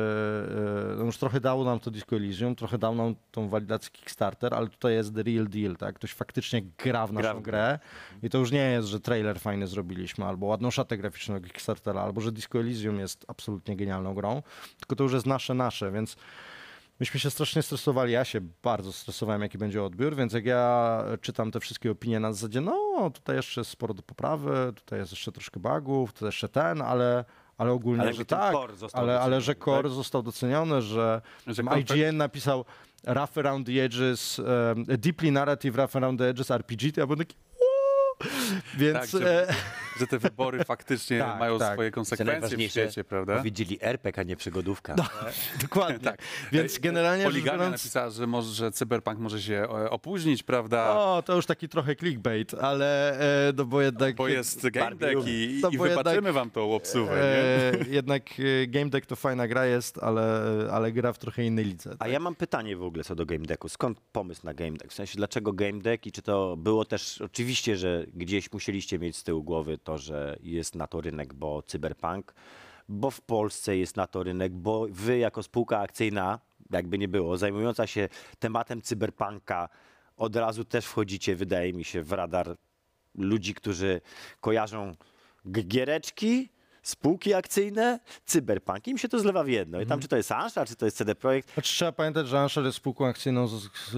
e, no już trochę dało nam to Disco Elysium, trochę dał nam tą walidację Kickstarter, ale tutaj jest the real deal, tak? Ktoś faktycznie gra w naszą Gra w grę. grę i to już nie jest, że trailer fajny zrobiliśmy, albo ładną szatę graficzną do Kickstartera, albo że Disco Elysium jest absolutnie genialną grą, tylko to już jest nasze, nasze, więc myśmy się strasznie stresowali, ja się bardzo stresowałem, jaki będzie odbiór, więc jak ja czytam te wszystkie opinie na zasadzie, no tutaj jeszcze jest sporo do poprawy, tutaj jest jeszcze troszkę bugów, tutaj jeszcze ten, ale, ale ogólnie, Ale że jakby ten tak, core został ale, ale doceniony, że core tak? został doceniony, że, Że I konfekt- G N napisał rough around the edges, um, deeply narrative rough around the edges R P G, to ja byłem taki "Uuu". Więc Tak, że, e, że te wybory faktycznie Tak, mają tak. swoje Co konsekwencje w najważniejsze, świecie, prawda? powiedzieli R P G, a nie przygodówka. dokładnie. Tak. Więc Ej, generalnie rzecz Poligania biorąc, napisała, że, może, że Cyberpunk może się e, opóźnić, prawda? o, to już taki trochę clickbait, ale e, no bo jednak... Bo jest Game Barbie Deck i, No i bo wybaczymy jednak- wam tą obsuwę, nie? E, jednak e, Game Deck to fajna gra jest, ale, ale gra w trochę innej lidze. A Tak? ja mam pytanie w ogóle co do Game Decku. Skąd pomysł na Game Deck? W sensie, dlaczego Game Deck i czy to było też, oczywiście, że gdzieś musieliście mieć z tyłu głowy to, że jest na to rynek, bo Cyberpunk, bo w Polsce jest na to rynek, bo wy jako spółka akcyjna, jakby nie było, zajmująca się tematem Cyberpunka, od razu też wchodzicie, wydaje mi się, w radar ludzi, którzy kojarzą g- giereczki, spółki akcyjne, Cyberpunk. Im się to zlewa w jedno. I tam czy to jest Anshar, czy to jest C D Projekt, Znaczy, trzeba pamiętać, że Anshar jest spółką akcyjną, z, z,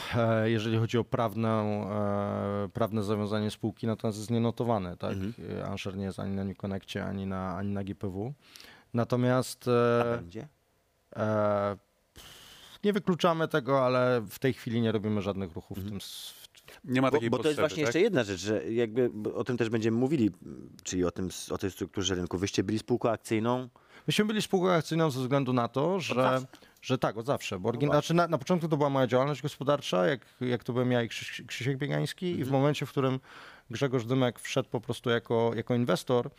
e, jeżeli chodzi o prawną, e, prawne zawiązanie spółki, natomiast jest nienotowany. Tak? Mhm. E, Anshar nie jest ani na New Connectie, ani na, ani na G P W. Natomiast a e, będzie? e, nie wykluczamy tego, ale w tej chwili nie robimy żadnych ruchów w tym. s- Nie ma Bo, takiej bo to jest potrzeby, właśnie tak? jeszcze jedna rzecz, że jakby bo o tym też będziemy mówili, czyli o, tym, o tej strukturze rynku. Wyście byli spółką akcyjną, Myśmy byli spółką akcyjną ze względu na to, że, zawsze. że tak, od zawsze. Bo orygin... No znaczy na, na początku to była moja działalność gospodarcza, jak, jak to byłem ja i Krzyś, Krzysiek Biegański i w momencie, w którym Grzegorz Dymek wszedł po prostu jako, jako inwestor,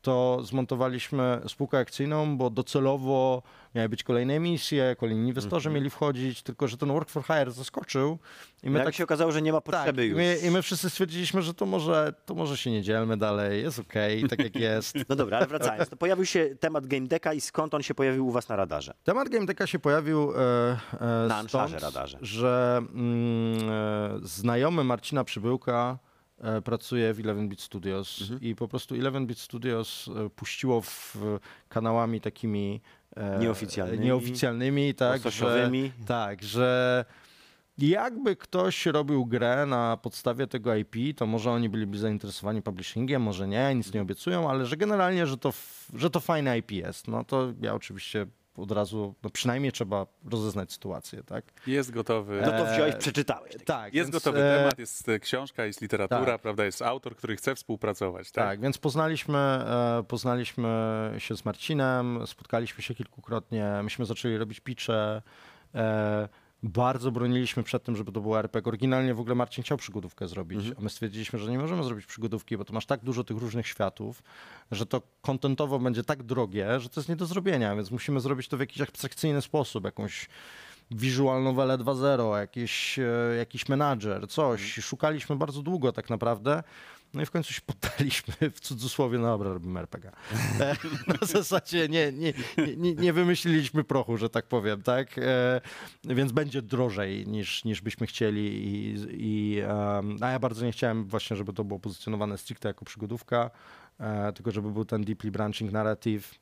to zmontowaliśmy spółkę akcyjną, bo docelowo miały być kolejne emisje, kolejni inwestorzy mieli wchodzić, tylko że ten work for hire zaskoczył i my Jak tak się okazało, że nie ma tak, potrzeby i już. my, i my wszyscy stwierdziliśmy, że to może, to może się nie dzielmy dalej, jest okej, tak jak jest. No dobra, ale wracając, to pojawił się temat Game Decka i skąd on się pojawił u was na radarze? Temat Game Decka się pojawił e, e, Na Anszarze stąd, radarze. że mm, e, znajomy Marcina Przybyłka e, pracuje w Eleven Bit Studios Mhm. i po prostu Eleven Bit Studios e, puściło w kanałami takimi e, Nieoficjalnymi, nieoficjalnymi tak, że, Losowowymi. tak, że jakby ktoś robił grę na podstawie tego I P, to może oni byliby zainteresowani publishingiem, może nie, nic nie obiecują, ale że generalnie, że to, f- że to fajne I P jest. No to ja oczywiście od razu, no przynajmniej trzeba rozeznać sytuację, tak? Jest gotowy. No to wziąłeś, E, przeczytałeś. Tak. Jest więc, gotowy e, temat, jest e, książka, jest literatura, tak. prawda, jest autor, który chce współpracować. Tak? Tak, więc poznaliśmy, e, poznaliśmy się z Marcinem, spotkaliśmy się kilkukrotnie, myśmy zaczęli robić pitche, e, bardzo broniliśmy przed tym, żeby to był R P G. Oryginalnie w ogóle Marcin chciał przygodówkę zrobić, Mhm. a my stwierdziliśmy, że nie możemy zrobić przygodówki, bo to masz tak dużo tych różnych światów, że to kontentowo będzie tak drogie, że to jest nie do zrobienia, więc musimy zrobić to w jakiś abstrakcyjny sposób, jakąś visual novelę dwa zero, jakiś, e, jakiś menadżer, coś. Szukaliśmy bardzo długo tak naprawdę. No i w końcu się poddaliśmy w cudzysłowie, no dobra, robimy R P G. E, Na zasadzie nie, nie, nie, nie wymyśliliśmy prochu, że tak powiem, tak? E, Więc będzie drożej niż, niż byśmy chcieli i, i um, a ja bardzo nie chciałem właśnie, żeby to było pozycjonowane stricte jako przygodówka, e, tylko żeby był ten deeply branching narrative.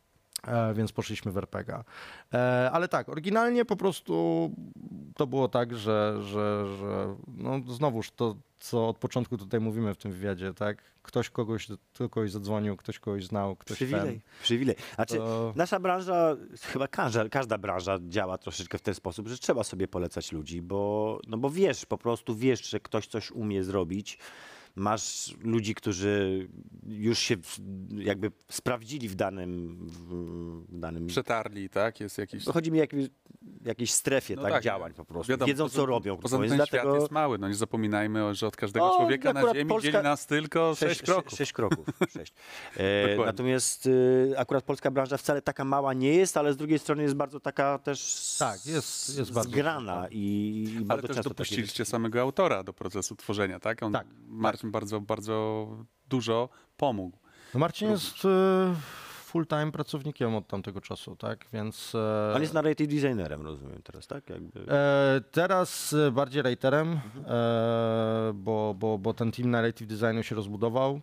E, więc poszliśmy w R P G. E, ale tak, oryginalnie po prostu to było tak, że, że, że no znowuż to, co od początku tutaj mówimy w tym wywiadzie, tak? Ktoś kogoś, do kogoś zadzwonił, ktoś kogoś znał, ktoś Przywilej, przywilej. Znaczy, To- nasza branża, chyba każda, każda branża działa troszeczkę w ten sposób, że trzeba sobie polecać ludzi, bo, no bo wiesz, po prostu wiesz, że ktoś coś umie zrobić. Masz ludzi, którzy już się w- jakby sprawdzili w danym, w danym Przetarli, tak? Jest jakiś... No chodzi mi o jakiej, jakiejś strefie No tak, tak, działań po prostu. Wiadomo, Wiedzą, poza- co robią. Poza tym Więc ten dlatego świat jest mały, no nie zapominajmy, o- że od każdego O, człowieka na akurat ziemi Polska- dzieli nas tylko sześć, sześć kroków. Sześć kroków. Sześć. E, Dokładnie. natomiast e, akurat polska branża wcale taka mała nie jest, ale z drugiej strony jest bardzo taka też Tak, jest- jest bardzo zgrana i, i Ale bardzo też często dopuściliście takie... samego autora do procesu tworzenia, tak? On, Tak, Marcin bardzo, bardzo dużo pomógł. No Marcin jest e, full-time pracownikiem od tamtego czasu, tak? Więc e, On jest narrative designerem, rozumiem teraz, tak? Jakby... E, teraz e, bardziej writerem, Mhm. e, bo, bo, bo ten team narrative designu się rozbudował.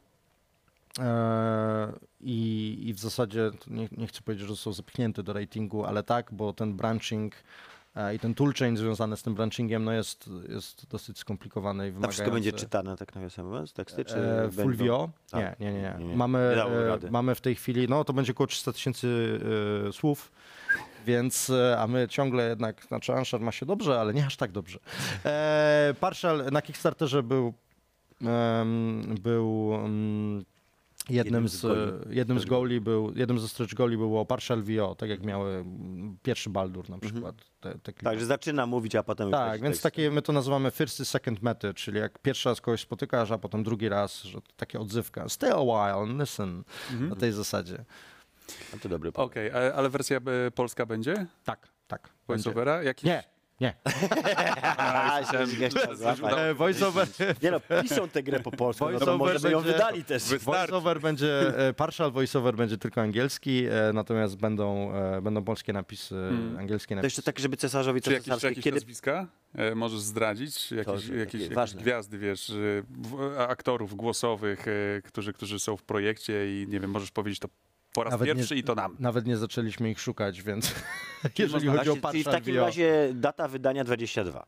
E, i, I w zasadzie to nie, nie chcę powiedzieć, że są zepchnięty do ratingu, ale tak, bo ten branching e, i ten toolchain związany z tym branchingiem no jest, jest dosyć skomplikowany i Tam wymagający. wszystko będzie czytane, tak nawiasem mówiąc, teksty, czy E, będą- full V O? Tak. Nie, nie, nie. nie. Nie, nie. Mamy, Nie dało e, rady. mamy w tej chwili, no to będzie około trzysta tysięcy e, słów, więc, e, a my ciągle jednak, znaczy Anshar ma się dobrze, ale nie aż tak dobrze. E, Partial na Kickstarterze był, em, był em, jednym Jednym z, z goli. jednym z goli był, jednym ze stretch goli było Partial V O, tak jak miały mm, pierwszy Baldur na przykład. Te, te klipy. Tak, że zaczyna mówić, a potem... Tak, już więc tekst. takie my to nazywamy first second mety, czyli jak pierwszy raz kogoś spotykasz, a potem drugi raz, że to takie odzywka. Stay a while, listen. Na tej zasadzie. No to dobry Okej, a- ale wersja e, polska będzie? Tak, tak. będzie. Voiceovera? Jakiś... Nie, nie. A, się jeszcze złapać. E, voiceover, Nie no, piszą tę grę po polsku, no to Voiceover może by ją będzie- wydali też. voiceover będzie, e, partial voiceover będzie tylko angielski, e, natomiast będą, e, będą polskie napisy, angielskie To napisy. jeszcze tak, żeby cesarzowi Czy to jakieś, czy cesarskie, jakieś kiedy... nazwiska e, możesz zdradzić? Jakieś, To jakieś, takie jakieś ważne. gwiazdy, wiesz, e, w, aktorów głosowych, e, którzy, którzy są w projekcie i nie wiem, możesz powiedzieć to po raz Nawet nie- pierwszy i to nam. Nawet nie zaczęliśmy ich szukać, więc jeżeli Można- chodzi o Czyli w partial takim V O, razie data wydania dwadzieścia dwa.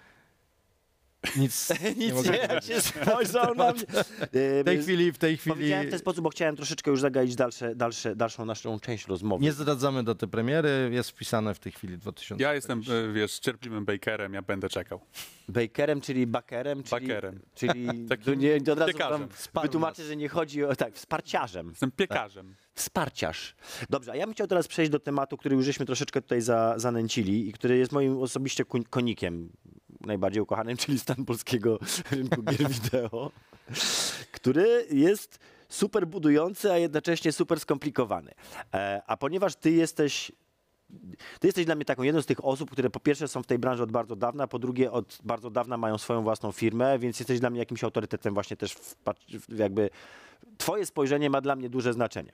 nic, nie Nic mogę nie, jak się spojrzał na mnie. W tej chwili, w tej chwili Powiedziałem w ten sposób, bo chciałem troszeczkę już zagaić dalsze, dalsze, dalszą naszą część rozmowy. nie zdradzamy daty premiery, jest wpisane w tej chwili dwa tysiące. Ja jestem, e, wiesz, cierpliwym bakerem, ja będę czekał. Bakerem, czyli bakerem, czyli... Bakerem. Czyli Takim tu nie, od razu piekarzem. wam wytłumaczę, że nie chodzi o... Tak, wsparciarzem. Jestem piekarzem. Wsparciarz. Dobrze, a ja bym chciał teraz przejść do tematu, który już żeśmy troszeczkę tutaj za, zanęcili i który jest moim osobiście koń- konikiem najbardziej ukochanym, czyli stan polskiego rynku gier wideo, który jest super budujący, a jednocześnie super skomplikowany. E, a ponieważ ty jesteś Ty jesteś dla mnie taką jedną z tych osób, które po pierwsze są w tej branży od bardzo dawna, po drugie od bardzo dawna mają swoją własną firmę, więc jesteś dla mnie jakimś autorytetem właśnie też w, jakby twoje spojrzenie ma dla mnie duże znaczenie.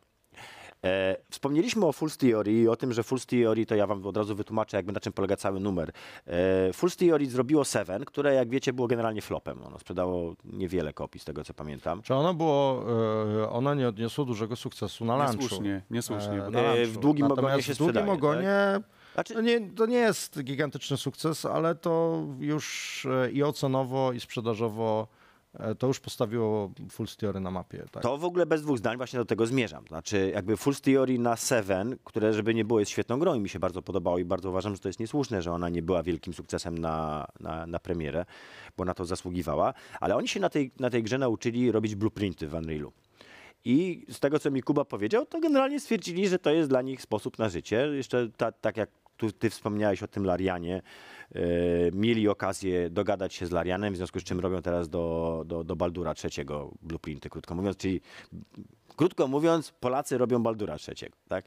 E, wspomnieliśmy o Fool's Theory i o tym, że Fool's Theory, to ja wam od razu wytłumaczę, jakby na czym polega cały numer. E, Fool's Theory zrobiło Seven, które jak wiecie było generalnie flopem. Ono sprzedało niewiele kopii z tego co pamiętam. Czy ono było, e, ono nie odniosło dużego sukcesu na launchu. Niesłusznie, niesłusznie. E, bo- na E, launchu. w długim ogonie Natomiast się w długim sprzedaje, ogonie Znaczy, no nie, to nie jest gigantyczny sukces, ale to już e, i ocenowo, i sprzedażowo e, to już postawiło Fool's Theory na mapie. Tak? To w ogóle bez dwóch zdań właśnie do tego zmierzam. Znaczy jakby Fool's Theory na Seven, które żeby nie było jest świetną grą i mi się bardzo podobało i bardzo uważam, że to jest niesłuszne, że ona nie była wielkim sukcesem na, na, na premierę, bo na to zasługiwała, ale oni się na tej, na tej grze nauczyli robić blueprinty w Unrealu. I z tego, co mi Kuba powiedział, to generalnie stwierdzili, że to jest dla nich sposób na życie. Jeszcze ta, tak jak tu ty wspomniałeś o tym Larianie, e, mieli okazję dogadać się z Larianem, w związku z czym robią teraz do, do, do Baldura trzeciego blueprinty, krótko mówiąc. Czyli krótko mówiąc, Polacy robią Baldura trzeciego, tak?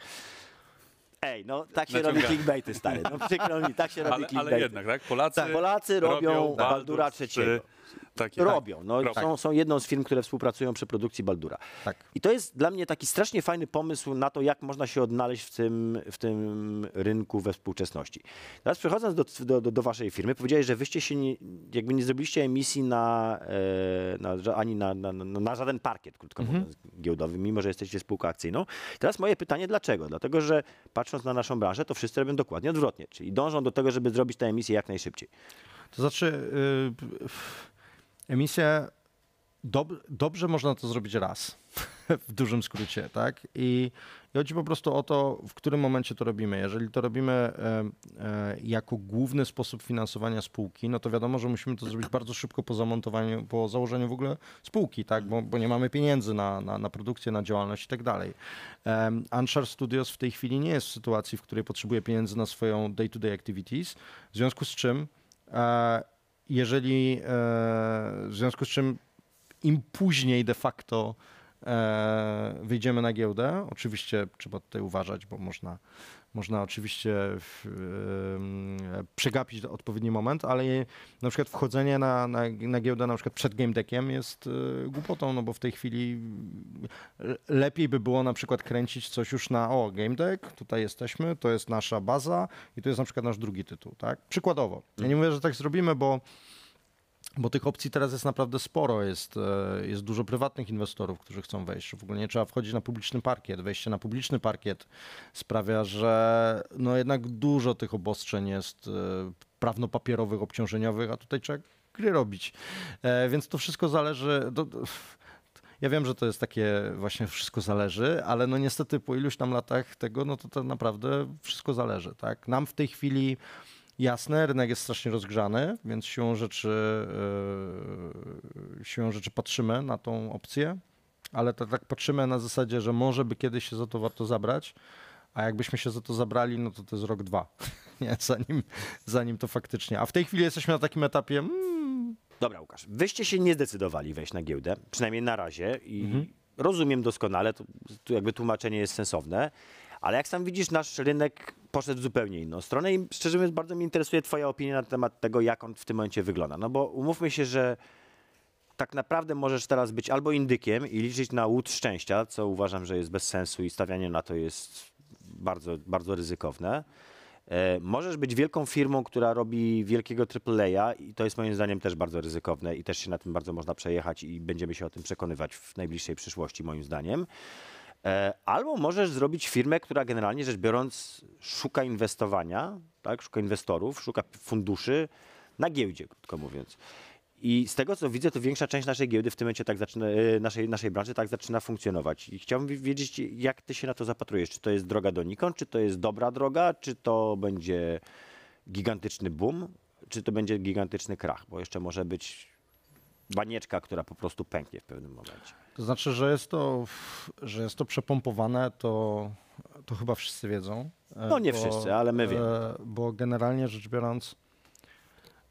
Ej, no tak się Naciąga. robi clickbaity, stary. No przykro mi, tak się robi Ale, clickbaity. ale jednak, tak? Polacy, Tak, Polacy robią Baldura trzy. trzeciego. Taki, Robią. No, Robią. są, są jedną z firm, które współpracują przy produkcji Baldura. Tak. I to jest dla mnie taki strasznie fajny pomysł na to, jak można się odnaleźć w tym, w tym rynku we współczesności. Teraz przechodząc do, do, do, do waszej firmy, powiedziałeś, że wyście się nie, jakby nie zrobiliście emisji na, e, na, ża- ani na, na, na, na żaden parkiet, krótko Mhm. mówiąc, giełdowy, mimo że jesteście spółką akcyjną. Teraz moje pytanie, dlaczego? Dlatego, że patrząc na naszą branżę, to wszyscy robią dokładnie odwrotnie, czyli dążą do tego, żeby zrobić tę emisję jak najszybciej. To znaczy, y, emisja, dob, dobrze można to zrobić raz, w dużym skrócie, tak? I, I chodzi po prostu o to, w którym momencie to robimy. Jeżeli to robimy e, e, jako główny sposób finansowania spółki, no to wiadomo, że musimy to zrobić bardzo szybko po zamontowaniu, po założeniu w ogóle spółki, tak? Bo, bo nie mamy pieniędzy na, na, na produkcję, na działalność i tak dalej. Um, Unsure Studios w tej chwili nie jest w sytuacji, w której potrzebuje pieniędzy na swoją day-to-day activities, w związku z czym e, jeżeli, e, w związku z czym im później de facto e, wyjdziemy na giełdę, oczywiście trzeba tutaj uważać, bo można, można oczywiście w, e, przegapić odpowiedni moment, ale na przykład wchodzenie na, na, na giełdę na przykład przed game deckiem jest e, głupotą, no bo w tej chwili lepiej by było na przykład kręcić coś już na o, game deck, tutaj jesteśmy, to jest nasza baza i to jest na przykład nasz drugi tytuł, tak? Przykładowo. Ja nie mówię, że tak zrobimy, bo Bo tych opcji teraz jest naprawdę sporo. Jest, e, jest dużo prywatnych inwestorów, którzy chcą wejść. W ogóle nie trzeba wchodzić na publiczny parkiet. Wejście na publiczny parkiet sprawia, że no jednak dużo tych obostrzeń jest e, prawno-papierowych, obciążeniowych, a tutaj trzeba gry robić. E, Więc to wszystko zależy... Do, do, ja wiem, że to jest takie właśnie wszystko zależy, ale no niestety po iluś tam latach tego, no to, to naprawdę wszystko zależy. Tak? Nam w tej chwili jasne, rynek jest strasznie rozgrzany, więc siłą rzeczy, yy, siłą rzeczy patrzymy na tą opcję, ale to tak patrzymy na zasadzie, że może by kiedyś się za to warto zabrać, a jakbyśmy się za to zabrali, no to to jest rok, dwa, nie? Zanim, zanim to faktycznie. A w tej chwili jesteśmy na takim etapie, mm, Dobra, Łukasz, wyście się nie zdecydowali wejść na giełdę, przynajmniej na razie i Mhm. rozumiem doskonale, to, tu jakby tłumaczenie jest sensowne, ale jak sam widzisz, nasz rynek poszedł w zupełnie inną stronę i szczerze mówiąc bardzo mnie interesuje twoja opinia na temat tego, jak on w tym momencie wygląda. No bo umówmy się, że tak naprawdę możesz teraz być albo indykiem i liczyć na łód szczęścia, co uważam, że jest bez sensu i stawianie na to jest bardzo, bardzo ryzykowne. E, możesz być wielką firmą, która robi wielkiego triple A i to jest moim zdaniem też bardzo ryzykowne i też się na tym bardzo można przejechać i będziemy się o tym przekonywać w najbliższej przyszłości moim zdaniem. E, albo możesz zrobić firmę, która generalnie rzecz biorąc szuka inwestowania, tak? Szuka inwestorów, szuka funduszy na giełdzie, krótko mówiąc. I z tego, co widzę, to większa część naszej giełdy w tym momencie tak zaczyna, e, naszej, naszej branży tak zaczyna funkcjonować. I chciałbym wi- wiedzieć, jak ty się na to zapatrujesz. Czy to jest droga donikąd, czy to jest dobra droga, czy to będzie gigantyczny boom, czy to będzie gigantyczny krach, bo jeszcze może być banieczka, która po prostu pęknie w pewnym momencie. to znaczy, że jest to, że jest to przepompowane, to, to chyba wszyscy wiedzą. E, No nie wszyscy, ale my wiemy. e, Bo generalnie rzecz biorąc,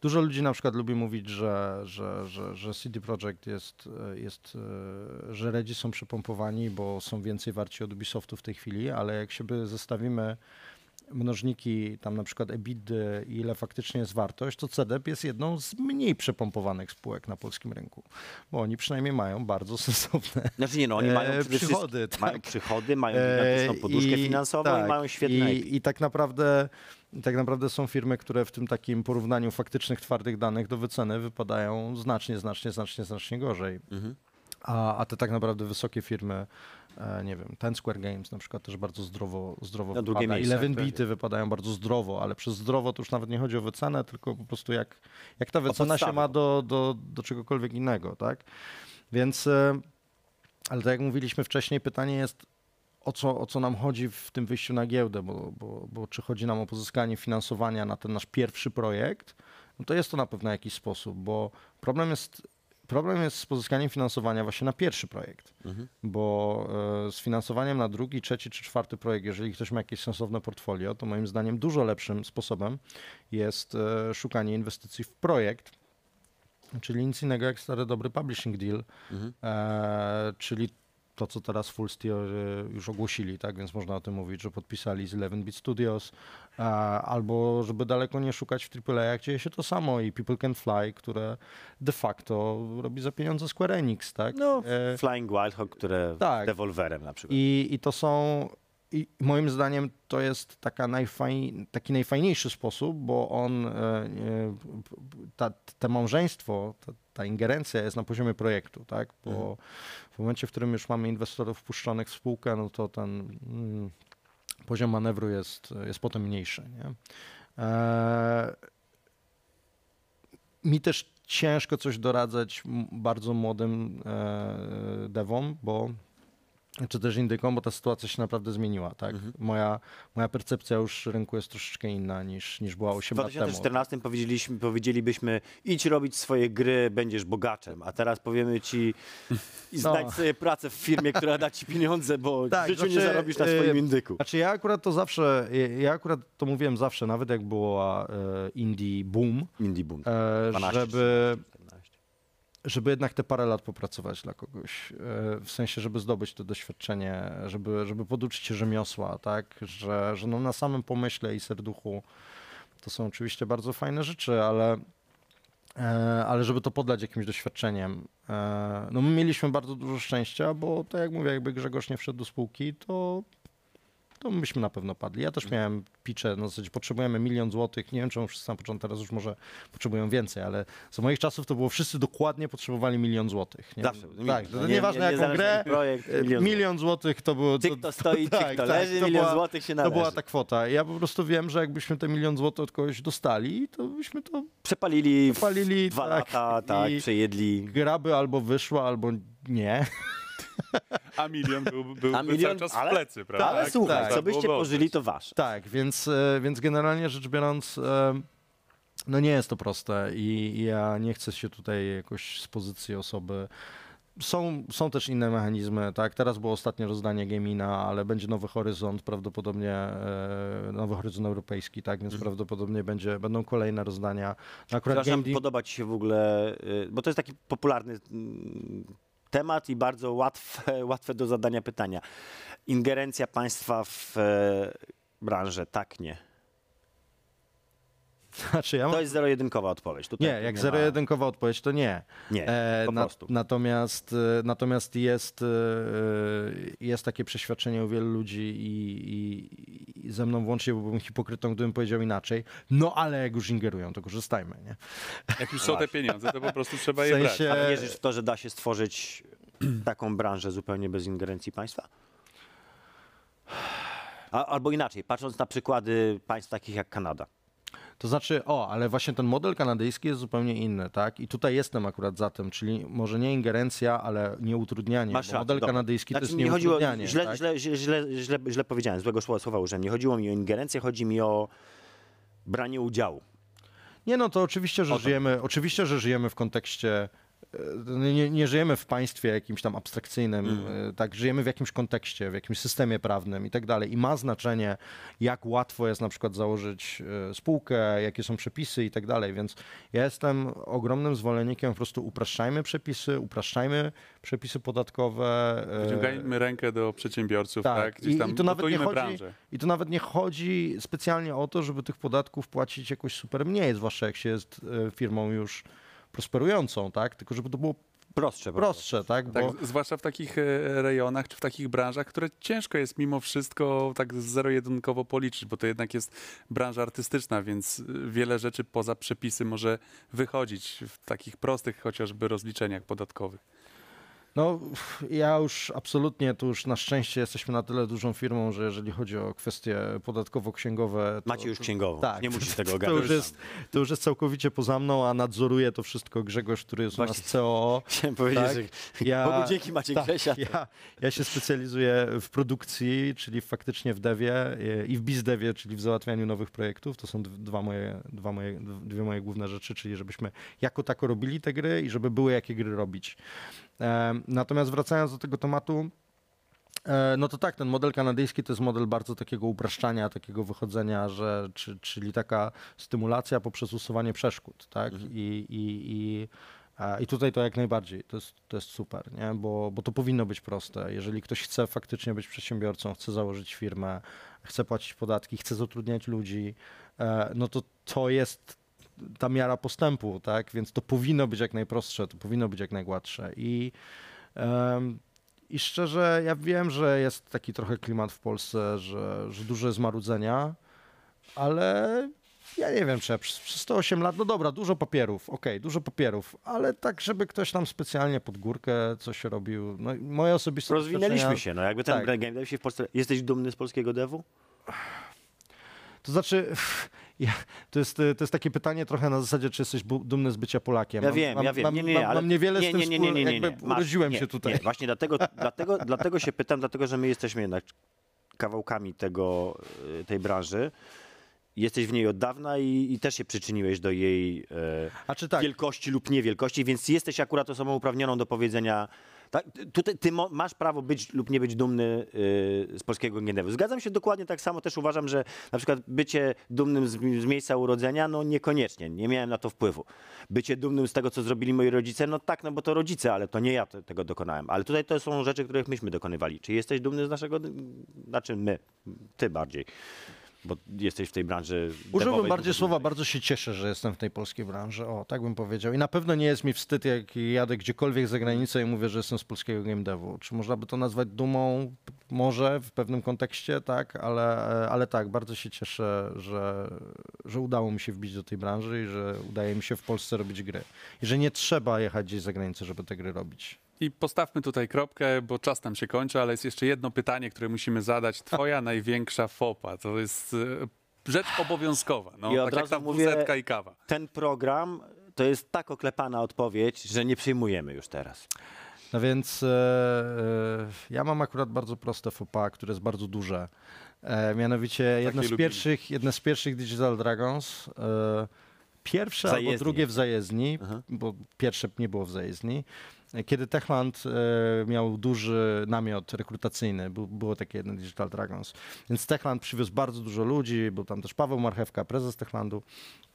Dużo ludzi na przykład lubi mówić, że, że, że, że C D Projekt jest, jest, że Redzi są przepompowani, bo są więcej warci od Ubisoftu w tej chwili, ale jak sobie zestawimy mnożniki, tam na przykład EBITDA i ile faktycznie jest wartość, to C D P jest jedną z mniej przepompowanych spółek na polskim rynku, bo oni przynajmniej mają bardzo sensowne Znaczy nie, no oni mają e, przede przychody, wszystkim, tak. mają przychody, mają gigantyczną poduszkę I- finansową tak, i mają świetne I, i tak naprawdę tak naprawdę są firmy, które w tym takim porównaniu faktycznych, twardych danych do wyceny wypadają znacznie, znacznie, znacznie, znacznie gorzej. Mhm. A, a te tak naprawdę wysokie firmy, e, nie wiem, Ten Square Games na przykład też bardzo zdrowo, zdrowo Na drugie wypada. miejsce, Eleven tak. Bity wypadają bardzo zdrowo, ale przez zdrowo to już nawet nie chodzi o wycenę, tylko po prostu jak, jak ta wycena się podstawę. ma do, do, do czegokolwiek innego, tak? Więc, e, ale tak jak mówiliśmy wcześniej, pytanie jest, o co, o co nam chodzi w tym wyjściu na giełdę, bo, bo, bo czy chodzi nam o pozyskanie finansowania na ten nasz pierwszy projekt, no to jest to na pewno jakiś sposób, bo problem jest, problem jest z pozyskaniem finansowania właśnie na pierwszy projekt, Mhm. bo e, z finansowaniem na drugi, trzeci czy czwarty projekt, jeżeli ktoś ma jakieś sensowne portfolio, to moim zdaniem dużo lepszym sposobem jest e, szukanie inwestycji w projekt, czyli nic innego jak stary dobry publishing deal, Mhm. e, czyli to, co teraz Full Steer e, już ogłosili, tak, więc można o tym mówić, że podpisali z Eleven Beat Studios, e, albo żeby daleko nie szukać w triple A, dzieje się to samo i People Can Fly, które de facto robi za pieniądze Square Enix, tak? No, E, Flying Wild Hog, które tak. z Devolverem na przykład. i, I to są, i moim zdaniem to jest taka najfaj, taki najfajniejszy sposób, bo on, e, e, ta, te małżeństwo, ta, ta ingerencja jest na poziomie projektu, tak? Bo Mhm. w momencie, w którym już mamy inwestorów wpuszczonych w spółkę, no to ten mm, poziom manewru jest, jest potem mniejszy, nie? E, mi też ciężko coś doradzać m- bardzo młodym e, devom, bo czy też indykom, bo ta sytuacja się naprawdę zmieniła, tak? Mhm. Moja, moja percepcja już rynku jest troszeczkę inna niż, niż była W osiem dwa lat tysiące temu. czternastym powiedzieliśmy, powiedzielibyśmy idź robić swoje gry, będziesz bogaczem, a teraz powiemy ci i znajdź No. sobie pracę w firmie, która da ci pieniądze, bo Tak, w życiu nie znaczy, zarobisz na y, swoim indyku. Znaczy ja akurat to zawsze, ja- ja akurat to mówiłem zawsze, nawet jak było e, indie boom, Indie boom. e, dwanaście, żeby, czternaście. żeby jednak te parę lat popracować dla kogoś, e, w sensie, żeby zdobyć to doświadczenie, żeby, żeby poduczyć się rzemiosła, tak, że, że no na samym pomyśle i serduchu to są oczywiście bardzo fajne rzeczy, ale, e, ale żeby to podlać jakimś doświadczeniem. E, no my mieliśmy bardzo dużo szczęścia, bo tak jak mówię, jakby Grzegorz nie wszedł do spółki, to to byśmy na pewpewno padli. Ja też miałem pitche, na zasadzie potrzebujemy milion złotych, nie wiem czemu wszyscy na początku, teraz już może potrzebują więcej, ale za moich czasów to było wszyscy dokładnie potrzebowali milion złotych. Nie? Zawsze. Tak, to Nie- nieważne nie- jaką niezależnie grę, jaki projekt, e, milion milion złotych to było... Czy to- kto stoi, czy tak, kto tak, leży, to milion była- złotych się To należy. była ta kwota. Ja po prostu wiem, że jakbyśmy te milion złotych od kogoś dostali, to byśmy to Przepalili palili dwa tak, lata, tak, i przejedli. gra by albo wyszła, albo nie. A milion był, był, A był milion- cały czas ale- w plecy, prawda? Ale Tak, słuchaj, tak, co trzeba byście było pożyli, oddać. to wasze. Tak, więc, e, więc generalnie rzecz biorąc, e, no nie jest to proste i i ja nie chcę się tutaj jakoś z pozycji osoby. Są, są też inne mechanizmy, tak? Teraz było ostatnie rozdanie Gamina, ale będzie Nowy Horyzont, prawdopodobnie e, Nowy Horyzont Europejski, tak? Więc prawdopodobnie będzie, będą kolejne rozdania. No akurat Przepraszam, Game Dev- podoba ci się w ogóle, y, bo to jest taki popularny mm, temat i bardzo łatwe, łatwe do zadania pytania. Ingerencja państwa w e, branżę, tak, nie. Znaczy, ja mam... To jest zero-jedynkowa odpowiedź. Tutaj Nie, jak ma- zero-jedynkowa odpowiedź, to nie. Nie, E, po na- prostu. Natomiast, e, natomiast jest, e, jest takie przeświadczenie u wielu ludzi i, i, i ze mną włącznie byłbym hipokrytą, gdybym powiedział inaczej. No ale jak już ingerują, to korzystajmy, nie? Jak już są te pieniądze, to po prostu trzeba W je brać. sensie- Ale wierzysz w to, że da się stworzyć taką branżę zupełnie bez ingerencji państwa? A, albo inaczej, patrząc na przykłady państw takich jak Kanada. To znaczy, o, ale właśnie ten model kanadyjski jest zupełnie inny, tak? I tutaj jestem akurat za tym, czyli może nie ingerencja, ale nieutrudnianie. Masz Bo rację, model dobra. kanadyjski Znaczy, to jest nie chodziło, nieutrudnianie. źle, tak? źle, źle, źle, źle, źle powiedziałem, złego słowa, słowa użyłem. Nie chodziło mi o ingerencję, chodzi mi o branie udziału. Nie no, to oczywiście, że O to. żyjemy, oczywiście, że żyjemy w kontekście e, nie, nie żyjemy w państwie jakimś tam abstrakcyjnym, Mm. e, tak, żyjemy w jakimś kontekście, w jakimś systemie prawnym i tak dalej. I ma znaczenie, jak łatwo jest na przykład założyć e, spółkę, jakie są przepisy i tak dalej. Więc ja jestem ogromnym zwolennikiem, po prostu upraszczajmy przepisy, upraszczajmy przepisy podatkowe. e, Wyciągajmy rękę do przedsiębiorców, tak? tak, Gdzieś i- tam i to nawet nie gotujmy chodzi- branżę. I to nawet nie chodzi specjalnie o to, żeby tych podatków płacić jakoś super mniej, zwłaszcza jak się jest e, firmą już prosperującą, tak? Tylko żeby to było Prostsze. po prostsze, tak? Bo Tak, zwłaszcza w takich e, rejonach czy w takich branżach, które ciężko jest mimo wszystko tak zero-jedynkowo policzyć, bo to jednak jest branża artystyczna, więc e, wiele rzeczy poza przepisy może wychodzić w takich prostych chociażby rozliczeniach podatkowych. no, ja już absolutnie, tu już na szczęście jesteśmy na tyle dużą firmą, że jeżeli chodzi o kwestie podatkowo-księgowe... To, Macie już księgową, tak, nie musisz tego to ogarnąć. już, jest, to już jest całkowicie poza mną, a nadzoruje to wszystko Grzegorz, który jest u nas Właśnie. C O O. Chciałem powiedzieć, Tak. że Ja- Bogu dzięki Maciek Tak, Grzesia. ja, ja się specjalizuję w produkcji, czyli faktycznie w devie e, i w bizdevie, czyli w załatwianiu nowych projektów. To są d- dwa moje, dwa moje, d- dwie moje główne rzeczy, czyli żebyśmy jako tako robili te gry i żeby były jakie gry robić. E, Natomiast wracając do tego tematu, e, no to tak, ten model kanadyjski to jest model bardzo takiego upraszczania, takiego wychodzenia, że, czy, czyli taka stymulacja poprzez usuwanie przeszkód, tak? Mhm. I, i, i, a, I tutaj to jak najbardziej, to jest, to jest super, nie? Bo, bo to powinno być proste. Jeżeli ktoś chce faktycznie być przedsiębiorcą, chce założyć firmę, chce płacić podatki, chce zatrudniać ludzi, e, no to to jest ta miara postępu, tak? Więc to powinno być jak najprostsze, to powinno być jak najgładsze. I, em, i szczerze, ja wiem, że jest taki trochę klimat w Polsce, że, że dużo jest marudzenia, ale ja nie wiem, czy ja przez, przez te osiem lat, no dobra, dużo papierów, okej, dużo papierów, ale tak, żeby ktoś tam specjalnie pod górkę coś robił, no i moje osobiste Rozwinęliśmy doświadczenia- się, no jakby ten Tak. game dev się w Polsce... Jesteś dumny z polskiego devu? To znaczy, ja, to, jest, to jest takie pytanie trochę na zasadzie, czy jesteś bu- dumny z bycia Polakiem. Ja Mam- wiem, mam, ja wiem. Mam, Nie, nie, mam, nie, ale... mam niewiele z nie, tym nie, nie, nie, nie, nie, nie. jakby Masz- urodziłem nie, się tutaj. Nie, właśnie dlatego, dlatego, dlatego się pytam, dlatego że my jesteśmy jednak kawałkami tego, y, tej branży. Jesteś w niej od dawna i, i też się przyczyniłeś do jej e, A czy tak, wielkości lub niewielkości, więc jesteś akurat osobą uprawnioną do powiedzenia. Tak, tutaj ty mo, masz prawo być lub nie być dumny y, z polskiego game devu. Zgadzam się dokładnie tak samo, też uważam, że na przykład bycie dumnym z, z miejsca urodzenia, no niekoniecznie, nie miałem na to wpływu. Bycie dumnym z tego, co zrobili moi rodzice, no tak, no bo to rodzice, ale to nie ja te, tego dokonałem. Ale tutaj to są rzeczy, których myśmy dokonywali. Czy jesteś dumny z naszego, znaczy my, ty bardziej, bo jesteś w tej branży użyłbym devowej bardziej dużo słowa, dłużej. bardzo się cieszę, że jestem w tej polskiej branży. O, tak bym powiedział. I na pewno nie jest mi wstyd, jak jadę gdziekolwiek za granicę i mówię, że jestem z polskiego game devu. Czy można by to nazwać dumą? Może w pewnym kontekście, tak, ale, ale tak, bardzo się cieszę, że, że udało mi się wbić do tej branży i że udaje mi się w Polsce robić gry. I że nie trzeba jechać gdzieś za granicę, żeby te gry robić. I postawmy tutaj kropkę, bo czas nam się kończy, ale jest jeszcze jedno pytanie, które musimy zadać. Twoja największa fopa. To jest e, rzecz obowiązkowa. No, I od tak jak razu ta mówię- wuzetka i kawa. Ten program to jest tak oklepana odpowiedź, że nie przyjmujemy już teraz. No więc e, e, ja mam akurat bardzo proste faux pas, które jest bardzo duże. E, mianowicie jedno z, lubimy. pierwszych, jedno z pierwszych Digital Dragons, e, pierwsze albo Zajezdni. drugie w zajezdni, Aha. bo pierwsze nie było w zajezdni, e, kiedy Techland e, miał duży namiot rekrutacyjny, był, było takie jedno Digital Dragons. Więc Techland przywiózł bardzo dużo ludzi, był tam też Paweł Marchewka, prezes Techlandu.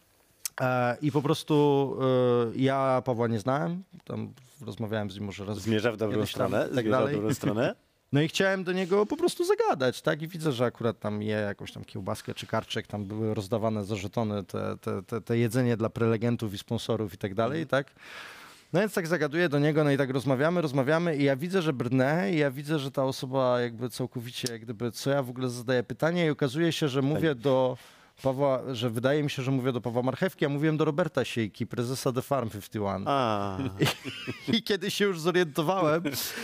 E, I po prostu e, ja Pawła nie znałem, tam rozmawiałem z nim może raz. Zmierza w dobrą Kiedyś tam stronę? i tak Zmierza w dalej. dobrą stronę? No i chciałem do niego po prostu zagadać, tak? I widzę, że akurat tam je jakąś tam kiełbaskę czy karczek, tam były rozdawane za żetony te, te, te, te jedzenie dla prelegentów i sponsorów i tak dalej, tak? No więc tak zagaduję do niego, no i tak rozmawiamy, rozmawiamy i ja widzę, że brnę i ja widzę, że ta osoba jakby całkowicie, jak gdyby, co ja w ogóle zadaję pytanie i okazuje się, że mówię do Pawła, że wydaje mi się, że mówię do Pawła Marchewki, a mówiłem do Roberta Siejki, prezesa The Farm pięćdziesiąt jeden. A, I kiedy się już zorientowałem,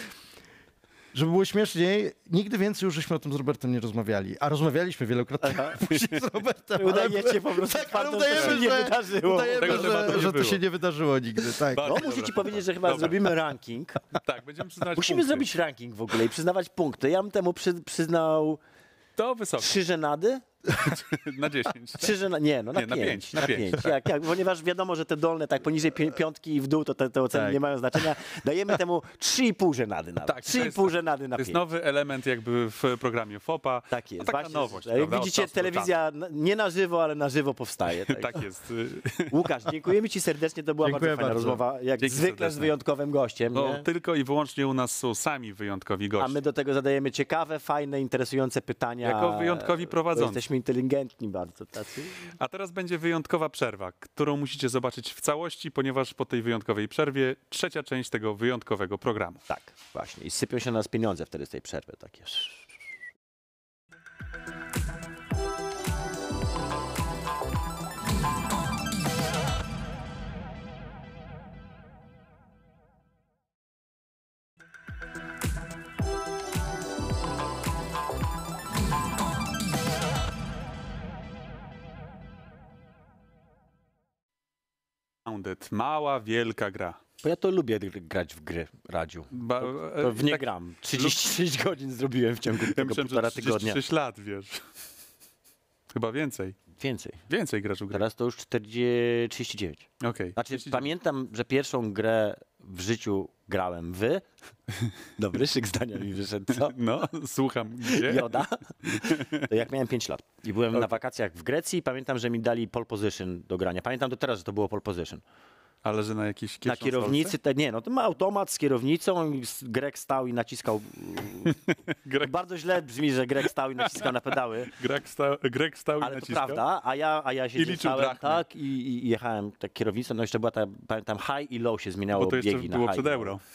żeby było śmieszniej, nigdy więcej już żeśmy o tym z Robertem nie rozmawiali. A rozmawialiśmy wielokrotnie później z Robertem. ale- udajecie po prostu Tak, ale twardą, że udajemy, się nie że- wydarzyło. Udajemy, Tego tematu że, nie że to było. się nie wydarzyło nigdy. Tak. Bardzo No, dobra muszę ci fopa. powiedzieć, że chyba Dobra. zrobimy ranking. Tak, będziemy przyznawać Musimy punkty. zrobić ranking w ogóle i przyznawać punkty. Ja bym temu przy, przyznał To wysoko. trzy żenady. Na dziesięć. Trzy, że na, nie, no na Nie, na pięć. pięć, Na na pięć, pięć, tak. jak, jak, ponieważ wiadomo, że te dolne, tak poniżej pię- piątki i w dół, to te, te oceny Tak. nie mają znaczenia. Dajemy temu trzy i pół żenady nawet. Tak, to trzy i jest- pół żenady na To jest pięć. nowy element jakby w programie fopa. Tak jest. No, taka Właśnie, nowość. Jak prawda? Od widzicie, czasu do telewizja na- nie na żywo, ale na żywo powstaje. Tak. Tak jest. Łukasz, dziękujemy ci serdecznie, to była Dziękuję bardzo fajna bardzo. rozmowa. Jak Dzięki zwykle z serdecznie. wyjątkowym gościem. No, Nie? tylko i wyłącznie u nas są sami wyjątkowi goście. A my do tego zadajemy ciekawe, fajne, interesujące pytania. Jako wyjątkowi Bo prowadzący. Jesteśmy inteligentni bardzo tacy. A teraz będzie wyjątkowa przerwa, którą musicie zobaczyć w całości, ponieważ po tej wyjątkowej przerwie trzecia część tego wyjątkowego programu. Tak, właśnie. I sypią się na nas pieniądze wtedy z tej przerwy. Takie. Grounded. Mała, wielka gra. Bo ja to lubię gr- grać w gry, Radziu. Ba, To w nie tak- gram. trzydzieści sześć godzin zrobiłem w ciągu Ja tego myślałem, półtora że tygodnia. trzydzieści sześć lat, wiesz. Chyba więcej. Więcej. Więcej grasz w grę. Teraz to już czterdzieści, trzydzieści dziewięć. Okej. Znaczy, pamiętam, że pierwszą grę w życiu grałem wy. Dobry szyk zdania mi wyszedł, co? No, słucham. Gdzie? Joda. To jak miałem pięć lat. I byłem na wakacjach w Grecji i pamiętam, że mi dali pole position do grania. Pamiętam do teraz, że to było pole position. Ale że na jakiejś Na kierownicy, te, nie, no to ma automat z kierownicą i s- Grek stał i naciskał. Grek, Bardzo źle brzmi, że Grek stał i naciskał na pedały. Grek stał, Grek stał i Ale to naciskał. prawda, a ja, a ja się liczył stałem drachmy. tak i, i jechałem tak kierownicą, no jeszcze była ta, pamiętam, high i low się zmieniało Bo to jeszcze biegi na było high przed i low. euro.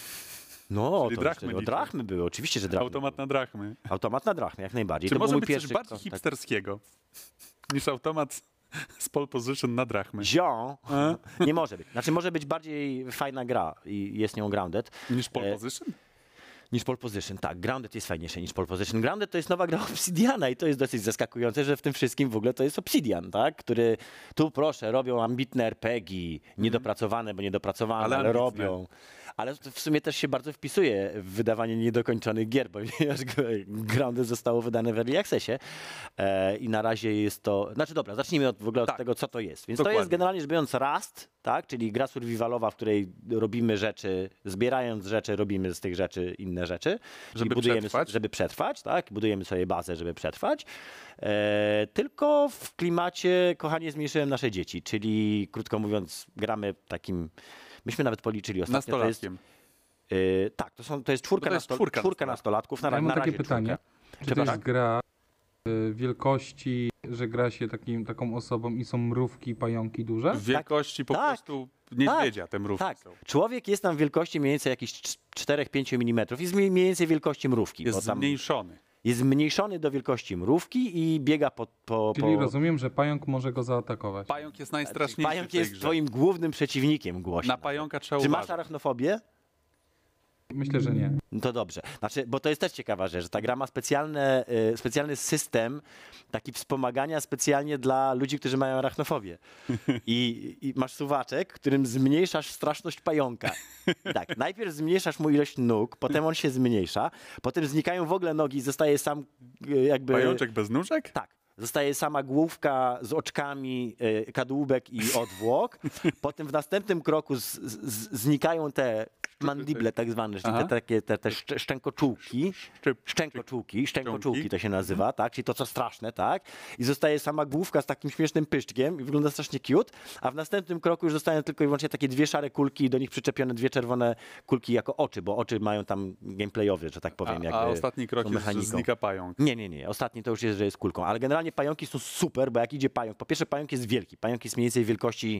No, Czyli to drachmy jeszcze, o, liczył. drachmy były, oczywiście, że drachmy. Automat na drachmy. Automat na drachmy, jak najbardziej. Czy to był może mój być coś pierwszy bardziej kontakt. hipsterskiego niż automat z pole position na drachmy? Zią, A? nie może być. Znaczy może być bardziej fajna gra i jest nią Grounded. Niż pole E, position? Niż Pole Position, tak. Grounded jest fajniejsze niż Pole Position. Grounded to jest nowa gra Obsidiana i to jest dosyć zaskakujące, że w tym wszystkim w ogóle to jest Obsidian, tak? Który tu proszę, robią ambitne er pe gie, niedopracowane, bo niedopracowane, Ale ale, ambitne. robią. Ale to w sumie też się bardzo wpisuje w wydawanie niedokończonych gier, ponieważ Grounded zostało wydane w Early Accessie e, i na razie jest to... Znaczy dobra, zacznijmy od, w ogóle od Tak. tego, co to jest. Więc Dokładnie. to jest generalnie rzecz biorąc Rust, tak? Czyli gra survivalowa, w której robimy rzeczy, zbierając rzeczy, robimy z tych rzeczy inne rzeczy. Czyli Żeby budujemy, przetrwać. żeby przetrwać, tak? Budujemy sobie bazę, żeby przetrwać. E, tylko w klimacie, kochanie, zmniejszyłem nasze dzieci, czyli krótko mówiąc, gramy takim. Myśmy nawet policzyli ostatnio. To jest, Nastolatkiem. e, tak, to, są, to jest czwórka, No to jest nasto- czwórka czwórka nastolatków. nastolatków. Na, Ja mam na takie razie pytanie. czwórka. Czy to Przepraszam. jest gra y, wielkości, że gra się takim, taką osobą i są mrówki i pająki duże? W wielkości po tak, prostu niedźwiedzia te mrówki Tak, są. człowiek jest tam wielkości mniej więcej jakieś cztery do pięciu milimetrów. Jest mniej mniej więcej wielkości mrówki. Jest bo tam zmniejszony. jest zmniejszony do wielkości mrówki i biega po... po, Czyli po... rozumiem, że pająk może go zaatakować. Pająk jest najstraszniejszy Pająk w tej jest grze. twoim głównym przeciwnikiem, głośno. Na pająka trzeba Czy masz uważać. arachnofobię? Myślę, że nie. No to dobrze. Znaczy, bo to jest też ciekawa rzecz, że ta gra ma specjalne, y, specjalny system taki wspomagania specjalnie dla ludzi, którzy mają arachnofobię. I, I masz suwaczek, którym zmniejszasz straszność pająka. I tak, najpierw zmniejszasz mu ilość nóg, potem on się zmniejsza, potem znikają w ogóle nogi, zostaje sam y, jakby... Pajączek bez nóżek? Tak. Zostaje sama główka z oczkami, y, kadłubek i odwłok. Potem w następnym kroku z, z, znikają te mandible tak zwane, czyli te, Aha. takie te, te szcz- szczękoczułki. Szczyp. Szczękoczułki, szczękoczułki Szczęki. to się nazywa, tak? Czyli to, co straszne, tak? I zostaje sama główka z takim śmiesznym pyszczkiem i wygląda strasznie cute, a w następnym kroku już zostają tylko i wyłącznie takie dwie szare kulki i do nich przyczepione dwie czerwone kulki jako oczy, bo oczy mają tam gameplayowe, że tak powiem. A, jakby a ostatni krok są jest, że mechaniką. znika pająk. Nie, nie, nie. Ostatni to już jest, że jest kulką. Ale generalnie pająki są super, bo jak idzie pająk, po pierwsze pająk jest wielki. Pająk jest mniej więcej wielkości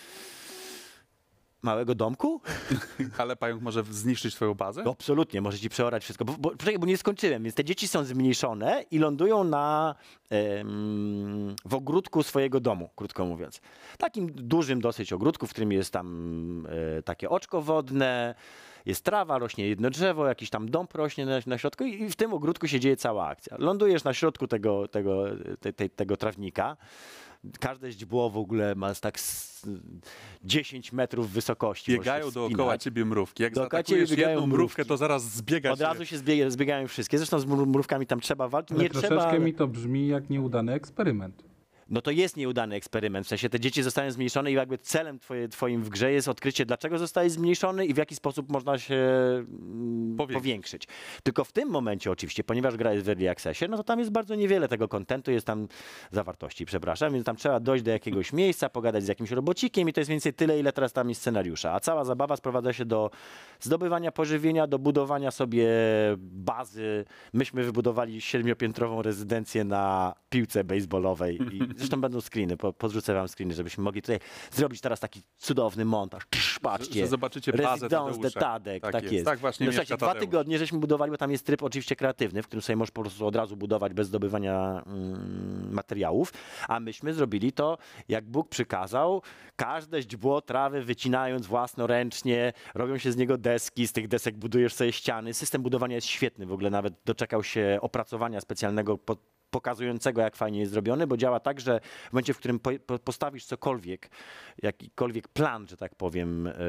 małego domku. Ale pająk może zniszczyć twoją bazę? No, absolutnie, może ci przeorać wszystko. Bo, bo, poczekaj, bo nie skończyłem. Więc te dzieci są zmniejszone i lądują na, em, w ogródku swojego domu, krótko mówiąc. Takim dużym dosyć ogródku, w którym jest tam e, takie oczko wodne, jest trawa, rośnie jedno drzewo, jakiś tam dąb rośnie na, na środku i, i w tym ogródku się dzieje cała akcja. Lądujesz na środku tego, tego, te, te, tego trawnika. Każde źdźbło w ogóle ma tak z dziesięć metrów wysokości. możesz się Biegają wspinać. dookoła ciebie mrówki. Jak Dookoła zaatakujesz ciebie biegają jedną mrówkę, mrówki. to zaraz zbiega Od się. razu się zbie, zbiegają wszystkie. Zresztą z mró- mrówkami tam trzeba walczyć. Ale Nie troszeczkę trzeba, ale... mi to brzmi jak nieudany eksperyment. No to jest nieudany eksperyment. W sensie te dzieci zostają zmniejszone i jakby celem twoje, twoim w grze jest odkrycie, dlaczego zostaje zmniejszony i w jaki sposób można się mm, Powiększyć. powiększyć. Tylko w tym momencie oczywiście, ponieważ gra jest w Early Accessie, no to tam jest bardzo niewiele tego kontentu, jest tam zawartości, przepraszam, więc tam trzeba dojść do jakiegoś miejsca, pogadać z jakimś robocikiem i to jest mniej więcej tyle, ile teraz tam jest scenariusza. A cała zabawa sprowadza się do zdobywania pożywienia, do budowania sobie bazy. Myśmy wybudowali siedmiopiętrową rezydencję na piłce baseballowej i zresztą będą screeny, po, podrzucę wam screeny, żebyśmy mogli tutaj zrobić teraz taki cudowny montaż. Psz, patrzcie, Że- że zobaczycie bazę Residence de Tadeusza. Tadek, Tak tak, jest. jest. Tak właśnie no, mieszka słuchajcie, dwa Tadeusz. tygodnie żeśmy budowali, bo tam jest tryb oczywiście kreatywny, w którym sobie możesz po prostu od razu budować bez zdobywania mm, materiałów, a myśmy zrobili to, jak Bóg przykazał, każde źdźbło trawy wycinając własnoręcznie, robią się z niego deski, z tych desek budujesz sobie ściany. System budowania jest świetny, w ogóle nawet doczekał się opracowania specjalnego pod pokazującego, jak fajnie jest zrobiony, bo działa tak, że w momencie, w którym po, po, postawisz cokolwiek, jakikolwiek plan, że tak powiem, e,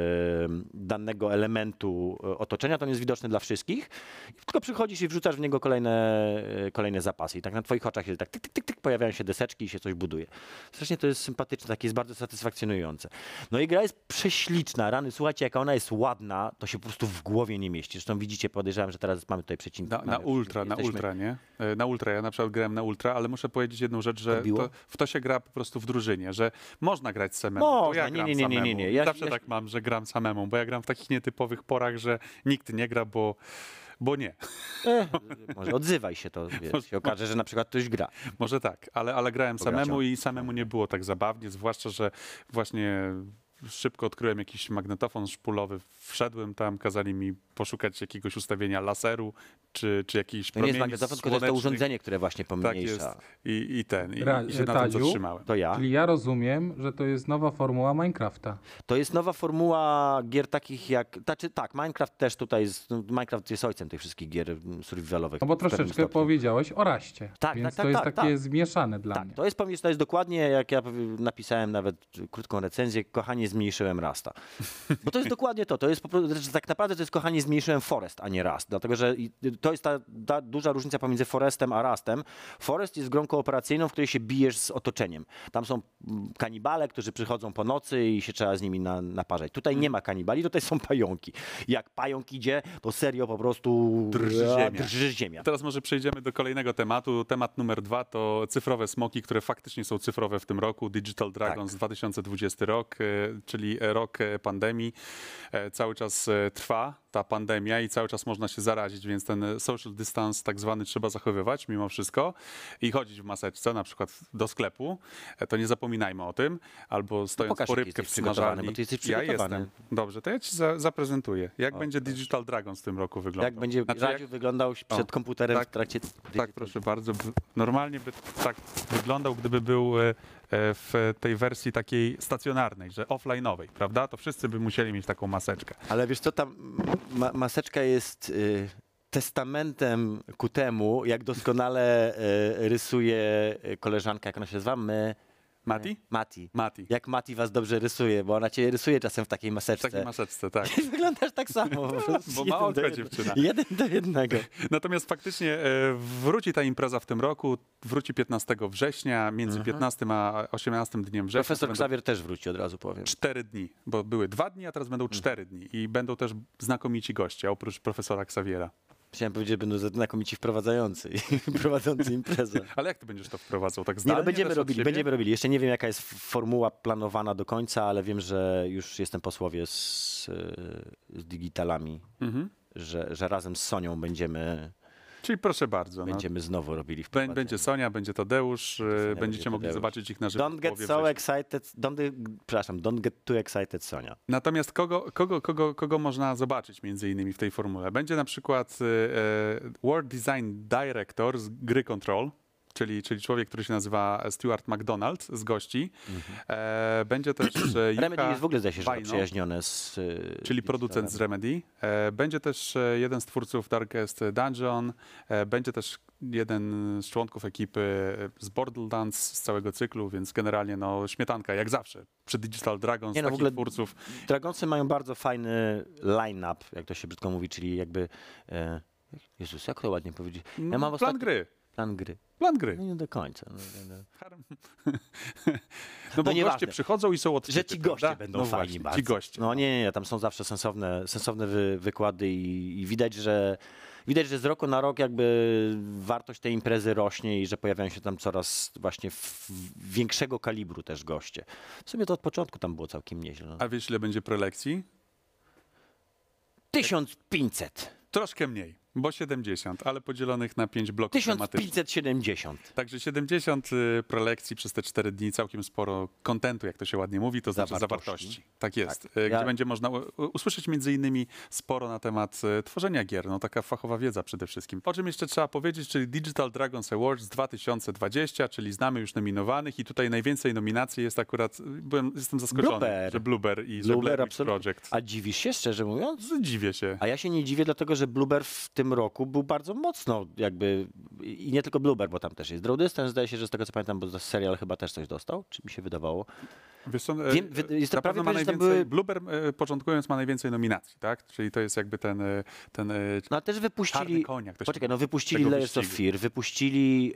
danego elementu e, otoczenia, to on jest widoczny dla wszystkich, tylko przychodzisz i wrzucasz w niego kolejne, e, kolejne zapasy i tak na twoich oczach jest tak tyk, tyk, tyk, tyk, pojawiają się deseczki i się coś buduje. Strasznie to jest sympatyczne, takie jest bardzo satysfakcjonujące. No i gra jest prześliczna, rany, słuchajcie, jaka ona jest ładna, to się po prostu w głowie nie mieści. Zresztą widzicie, podejrzewam, że teraz mamy tutaj przecinki. Na, na mamy, ultra, na jesteśmy- ultra, nie? E, Na ultra, ja na przykład grałem na ultra, ale muszę powiedzieć jedną rzecz, że Odbiło? to, w to się gra po prostu w drużynie, że można grać samemu. Można, bo ja nie, gram nie, nie, nie, nie, nie. samemu. Ja- Zawsze ja- tak mam, że gram samemu, bo ja gram w takich nietypowych porach, że nikt nie gra, bo, bo nie. Eh, może odzywaj się, to wiesz, się okaże, że na przykład ktoś gra. Może tak, ale, ale grałem Pograczą. samemu i samemu nie było tak zabawnie, zwłaszcza, że właśnie szybko odkryłem jakiś magnetofon szpulowy, wszedłem tam, kazali mi poszukać jakiegoś ustawienia laseru, czy, czy jakichś To nie jest promieni magnetofon, tylko to jest to słonecznych. urządzenie, które właśnie Tak pomniejsza. jest. I, i ten, i, Ra- i się na tym Tadziu? zatrzymałem. To ja. Czyli ja rozumiem, że to jest nowa formuła Minecrafta. To jest nowa formuła gier takich jak... Znaczy, tak, Minecraft też tutaj jest... no, Minecraft jest ojcem tych wszystkich gier mm, survivalowych. No bo w pewnym troszeczkę stopniu. powiedziałeś o raście. Tak, więc tak, tak, to jest tak, takie tak. zmieszane dla Tak, mnie. to jest, pomysł, to jest dokładnie, jak ja napisałem nawet krótką recenzję, kochanie, zmniejszyłem Rasta. Bo to jest dokładnie to, to jest po prostu, że tak naprawdę to jest kochanie, zmniejszyłem Forest, a nie Rust, dlatego że i- to jest ta, ta duża różnica pomiędzy Forestem a Rustem. Forest jest grą kooperacyjną, w której się bijesz z otoczeniem. Tam są mm, kanibale, którzy przychodzą po nocy i się trzeba z nimi na, naparzać. Tutaj nie ma kanibali, tutaj są pająki. Jak pająk idzie, to serio po prostu Drży a, ziemia. drży ziemia. Teraz może przejdziemy do kolejnego tematu. Temat numer dwa to cyfrowe smoki, które faktycznie są cyfrowe w tym roku. Digital Dragons dwa tysiące dwudziesty rok, e, czyli rok e, pandemii. E, Cały czas e, trwa ta pandemia i cały czas można się zarazić, więc ten social distance tak zwany trzeba zachowywać mimo wszystko i chodzić w maseczce, na przykład do sklepu. E, To nie zapominajmy o tym. Albo stojąc pokaż, po jak rybkę w jesteś przygotowany, smażalni. bo ty jesteś Ja przygotowany. jestem. Dobrze, to ja ci za, zaprezentuję. Jak O, będzie proszę. Digital Dragons w tym roku wyglądał. Jak będzie Znaczy, Radziu wyglądał przed O, komputerem tak, w trakcie... Tak, proszę bardzo. B- Normalnie by tak wyglądał, gdyby był e, e, w tej wersji takiej stacjonarnej, że offline'owej, prawda? To wszyscy by musieli mieć taką maseczkę. Ale wiesz co, ta ma maseczka jest y, testamentem ku temu, jak doskonale y, rysuje y, koleżanka, jak ona się nazywa? My... Mati? Mati. Mati. Jak Mati was dobrze rysuje, bo ona cię rysuje czasem w takiej W maseczce. takiej maseczce, tak. I wyglądasz tak samo. po prostu Bo ma jeden oko do jednego. dziewczyna. Jeden do jednego. Natomiast faktycznie e, wróci ta impreza w tym roku, wróci piętnastego września, między piętnastym a osiemnastym dniem września. Profesor to będą Xavier też wróci, od razu powiem. cztery dni, bo były dwa dni, a teraz będą cztery dni i będą też znakomici goście, oprócz profesora Xaviera. Chciałem powiedzieć, że będą znakomici wprowadzający i prowadzący imprezę. Ale jak ty będziesz to wprowadzał? Tak Nie, zdalnie no będziemy też od robili, siebie? będziemy robili. Jeszcze nie wiem, jaka jest formuła planowana do końca, ale wiem, że już jestem po słowie z, z digitalami, Mhm. że, że razem z Sonią będziemy, Czyli proszę bardzo. No. będziemy znowu robili Bę- wprowadzenie. Będzie Sonia, będzie Tadeusz, e, będzie będziecie mogli Tadeusz. zobaczyć ich na żywo. Don't w get połowie so września. excited, don't, przepraszam, don't get too excited, Sonia. Natomiast kogo, kogo, kogo, kogo można zobaczyć między innymi w tej formule? Będzie na przykład e, e, World Design Director z gry Control, czyli, czyli człowiek, który się nazywa Stuart McDonald z gości. E, będzie też e, Yuka Remedy jest w ogóle, zdaje się, że Baino, zaprzyjaźnione z y, czyli digitalami. producent z Remedy. E, będzie też e, jeden z twórców Darkest Dungeon. E, będzie też jeden z członków ekipy z Borderlands z całego cyklu, więc generalnie no śmietanka, jak zawsze. Przy Digital Dragons, Nie no, w takich ogóle twórców. Dragonsy mają bardzo fajny line-up, jak to się brzydko mówi, czyli jakby... E, Jezus, jak to ładnie powiedzieć? Ja No, mam plan ostatnio- gry. Plan gry. Plan gry. No nie do końca. No, no, no. No bo nieważne. goście przychodzą i są odczyty, Że ci goście prawda? będą no fajni właśnie, bardzo. Ci goście. No nie, nie, nie, tam są zawsze sensowne, sensowne wy, wykłady i, i widać, że widać, że z roku na rok jakby wartość tej imprezy rośnie i że pojawiają się tam coraz właśnie w, w większego kalibru też goście. W sumie to od początku tam było całkiem nieźle. No. A wiesz, ile będzie prelekcji? tysiąc pięćset. Troszkę mniej, bo siedemdziesiąt, ale podzielonych na pięć bloków tysiąc tematycznych. pięćset siedemdziesiąt. Także siedemdziesiąt y, prelekcji przez te cztery dni, całkiem sporo kontentu, jak to się ładnie mówi, to znaczy Zawartości. zawartości. Tak jest, Tak. y, gdzie Ja- będzie można u- usłyszeć między innymi sporo na temat y, tworzenia gier, no taka fachowa wiedza przede wszystkim. O czym jeszcze trzeba powiedzieć, czyli Digital Dragons Awards dwa tysiące dwadzieścia, czyli znamy już nominowanych i tutaj najwięcej nominacji jest akurat, y, byłem, jestem zaskoczony, Bloober. że Bloober i że Bloober, Blair Witch absolutnie. Project. A dziwisz się, szczerze mówiąc? Dziwię się. A ja się nie dziwię, dlatego że Bloober w tym roku był bardzo mocno jakby, i nie tylko Bloober, bo tam też jest Draw Distance, zdaje się, że z tego co pamiętam, bo za serial chyba też coś dostał, czy mi się wydawało. Wiesz co, Wiem, e, wy- jest to na prawie pewno ma pewne, że tam najwięcej, były- Bloober e, początkując ma najwięcej nominacji, tak? Czyli to jest jakby ten, e, ten e, No ale też czarny wypuścili, koń, jak to się poczekaj, no wypuścili tego Layers of wyścigu. Fear, wypuścili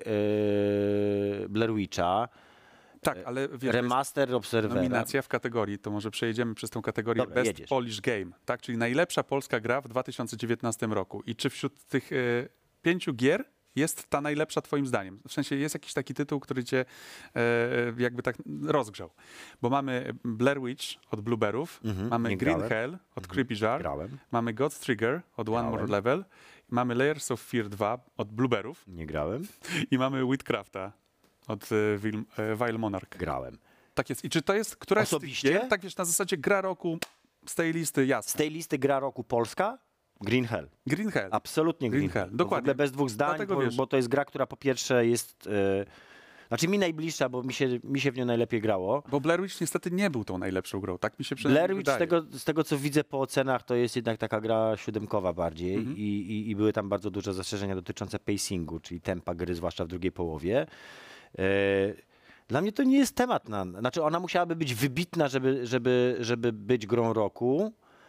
e, Blair Witcha, Tak, ale wiesz, to jest Remaster Observera. nominacja w kategorii, to może przejedziemy przez tą kategorię Dobra, Best jedziesz. Polish Game, tak? Czyli najlepsza polska gra w dwa tysiące dziewiętnastym roku. I czy wśród tych e, pięciu gier jest ta najlepsza twoim zdaniem? W sensie jest jakiś taki tytuł, który cię e, jakby tak rozgrzał. Bo mamy Blair Witch od Blueberów, Mhm, mamy nie Green grałem. Hell od Creepy Jar, Grałem, mamy God's Trigger od One More Grałem. Level, mamy Layers of Fear dwa od Blueberów nie grałem, i mamy Witcrafta od e, Vil, e, Vile Monarch. grałem. Tak jest. I czy to jest któraś Osobiście? z tych gier? Tak wiesz, na zasadzie gra roku z tej listy, Z jasne. tej listy gra roku Polska? Green Hell. Green Hell. Absolutnie Green, Green Hell, Hell. dokładnie. W ogóle bez dwóch zdań, Dlatego bo, wiesz- bo to jest gra, która po pierwsze jest... E, znaczy mi najbliższa, bo mi się, mi się w nią najlepiej grało. Bo Blair Witch niestety nie był tą najlepszą grą. Tak mi się przynajmniej Blair Witch, z wydaje. tego, z tego co widzę po ocenach, to jest jednak taka gra siódemkowa bardziej Mhm. i, i, i były tam bardzo duże zastrzeżenia dotyczące pacingu, czyli tempa gry, zwłaszcza w drugiej połowie. E, Dla mnie to nie jest temat na... Znaczy ona musiałaby być wybitna, żeby, żeby, żeby być grą roku,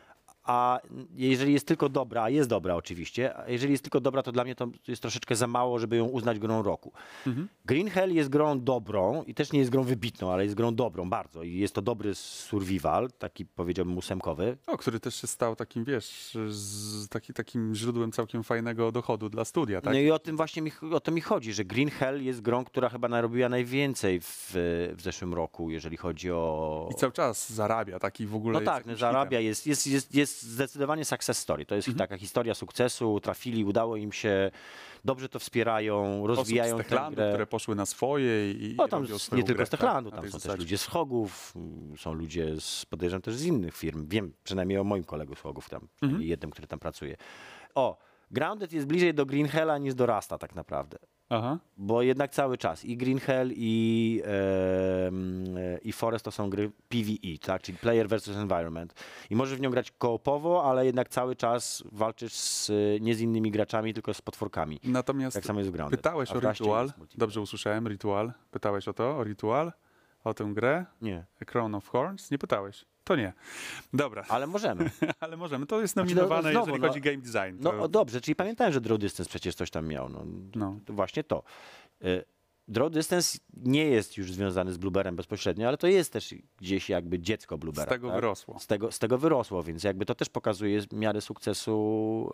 a jeżeli jest tylko dobra, a jest dobra oczywiście, a jeżeli jest tylko dobra, to dla mnie to jest troszeczkę za mało, żeby ją uznać grą roku. Mhm. Green Hell jest grą dobrą i też nie jest grą wybitną, ale jest grą dobrą bardzo i jest to dobry survival, taki powiedziałbym ósemkowy. O, który też się stał takim, wiesz, z, taki, takim źródłem całkiem fajnego dochodu dla studia, tak? No i o tym właśnie mi, o to mi chodzi, że Green Hell jest grą, która chyba narobiła najwięcej w, w zeszłym roku, jeżeli chodzi o... I cały czas zarabia, taki w ogóle No jest tak, no, jakimś zarabia, hitem. jest, jest, jest, jest zdecydowanie success story. To jest Mhm. taka historia sukcesu, trafili, udało im się, dobrze to wspierają, rozwijają Osób z tę Techlandu, grę. które poszły na swoje i, i No tam robią z, swoją nie tylko grę, z Techlandu, tak? Na tam tej są też zasadzie. ludzie z Hogów, mm, są ludzie z, podejrzewam też z innych firm. Wiem przynajmniej o moim kolegu z Hogów tam, Mhm. jednym, który tam pracuje. O, Grounded jest bliżej do Green Hella niż do Rasta tak naprawdę. Aha. Bo jednak cały czas i Green Hell i, em, e, i Forest to są gry P V E, tak? Czyli Player versus Environment. I możesz w nią grać koopowo, ale jednak cały czas walczysz z, nie z innymi graczami, tylko z potworkami. Natomiast Tak samo jest w Grounded. pytałeś A o w Rushcie Ritual, jest multiplayer. dobrze usłyszałem, Ritual. Pytałeś o to, o Ritual, o tę grę, Nie, Crown of Horns? Nie pytałeś. To nie. Dobra, ale możemy. ale możemy. To jest Znaczy, no, nominowane, znowu, jeżeli no- chodzi game design. No To, o, dobrze, czyli pamiętałem, że Draw Distance przecież coś tam miał. No, no. to właśnie to. Y, Draw Distance nie jest już związany z Blueberem bezpośrednio, ale to jest też gdzieś jakby dziecko Bluebera. Z tego tak? wyrosło. Z tego, z tego wyrosło, więc jakby to też pokazuje miarę sukcesu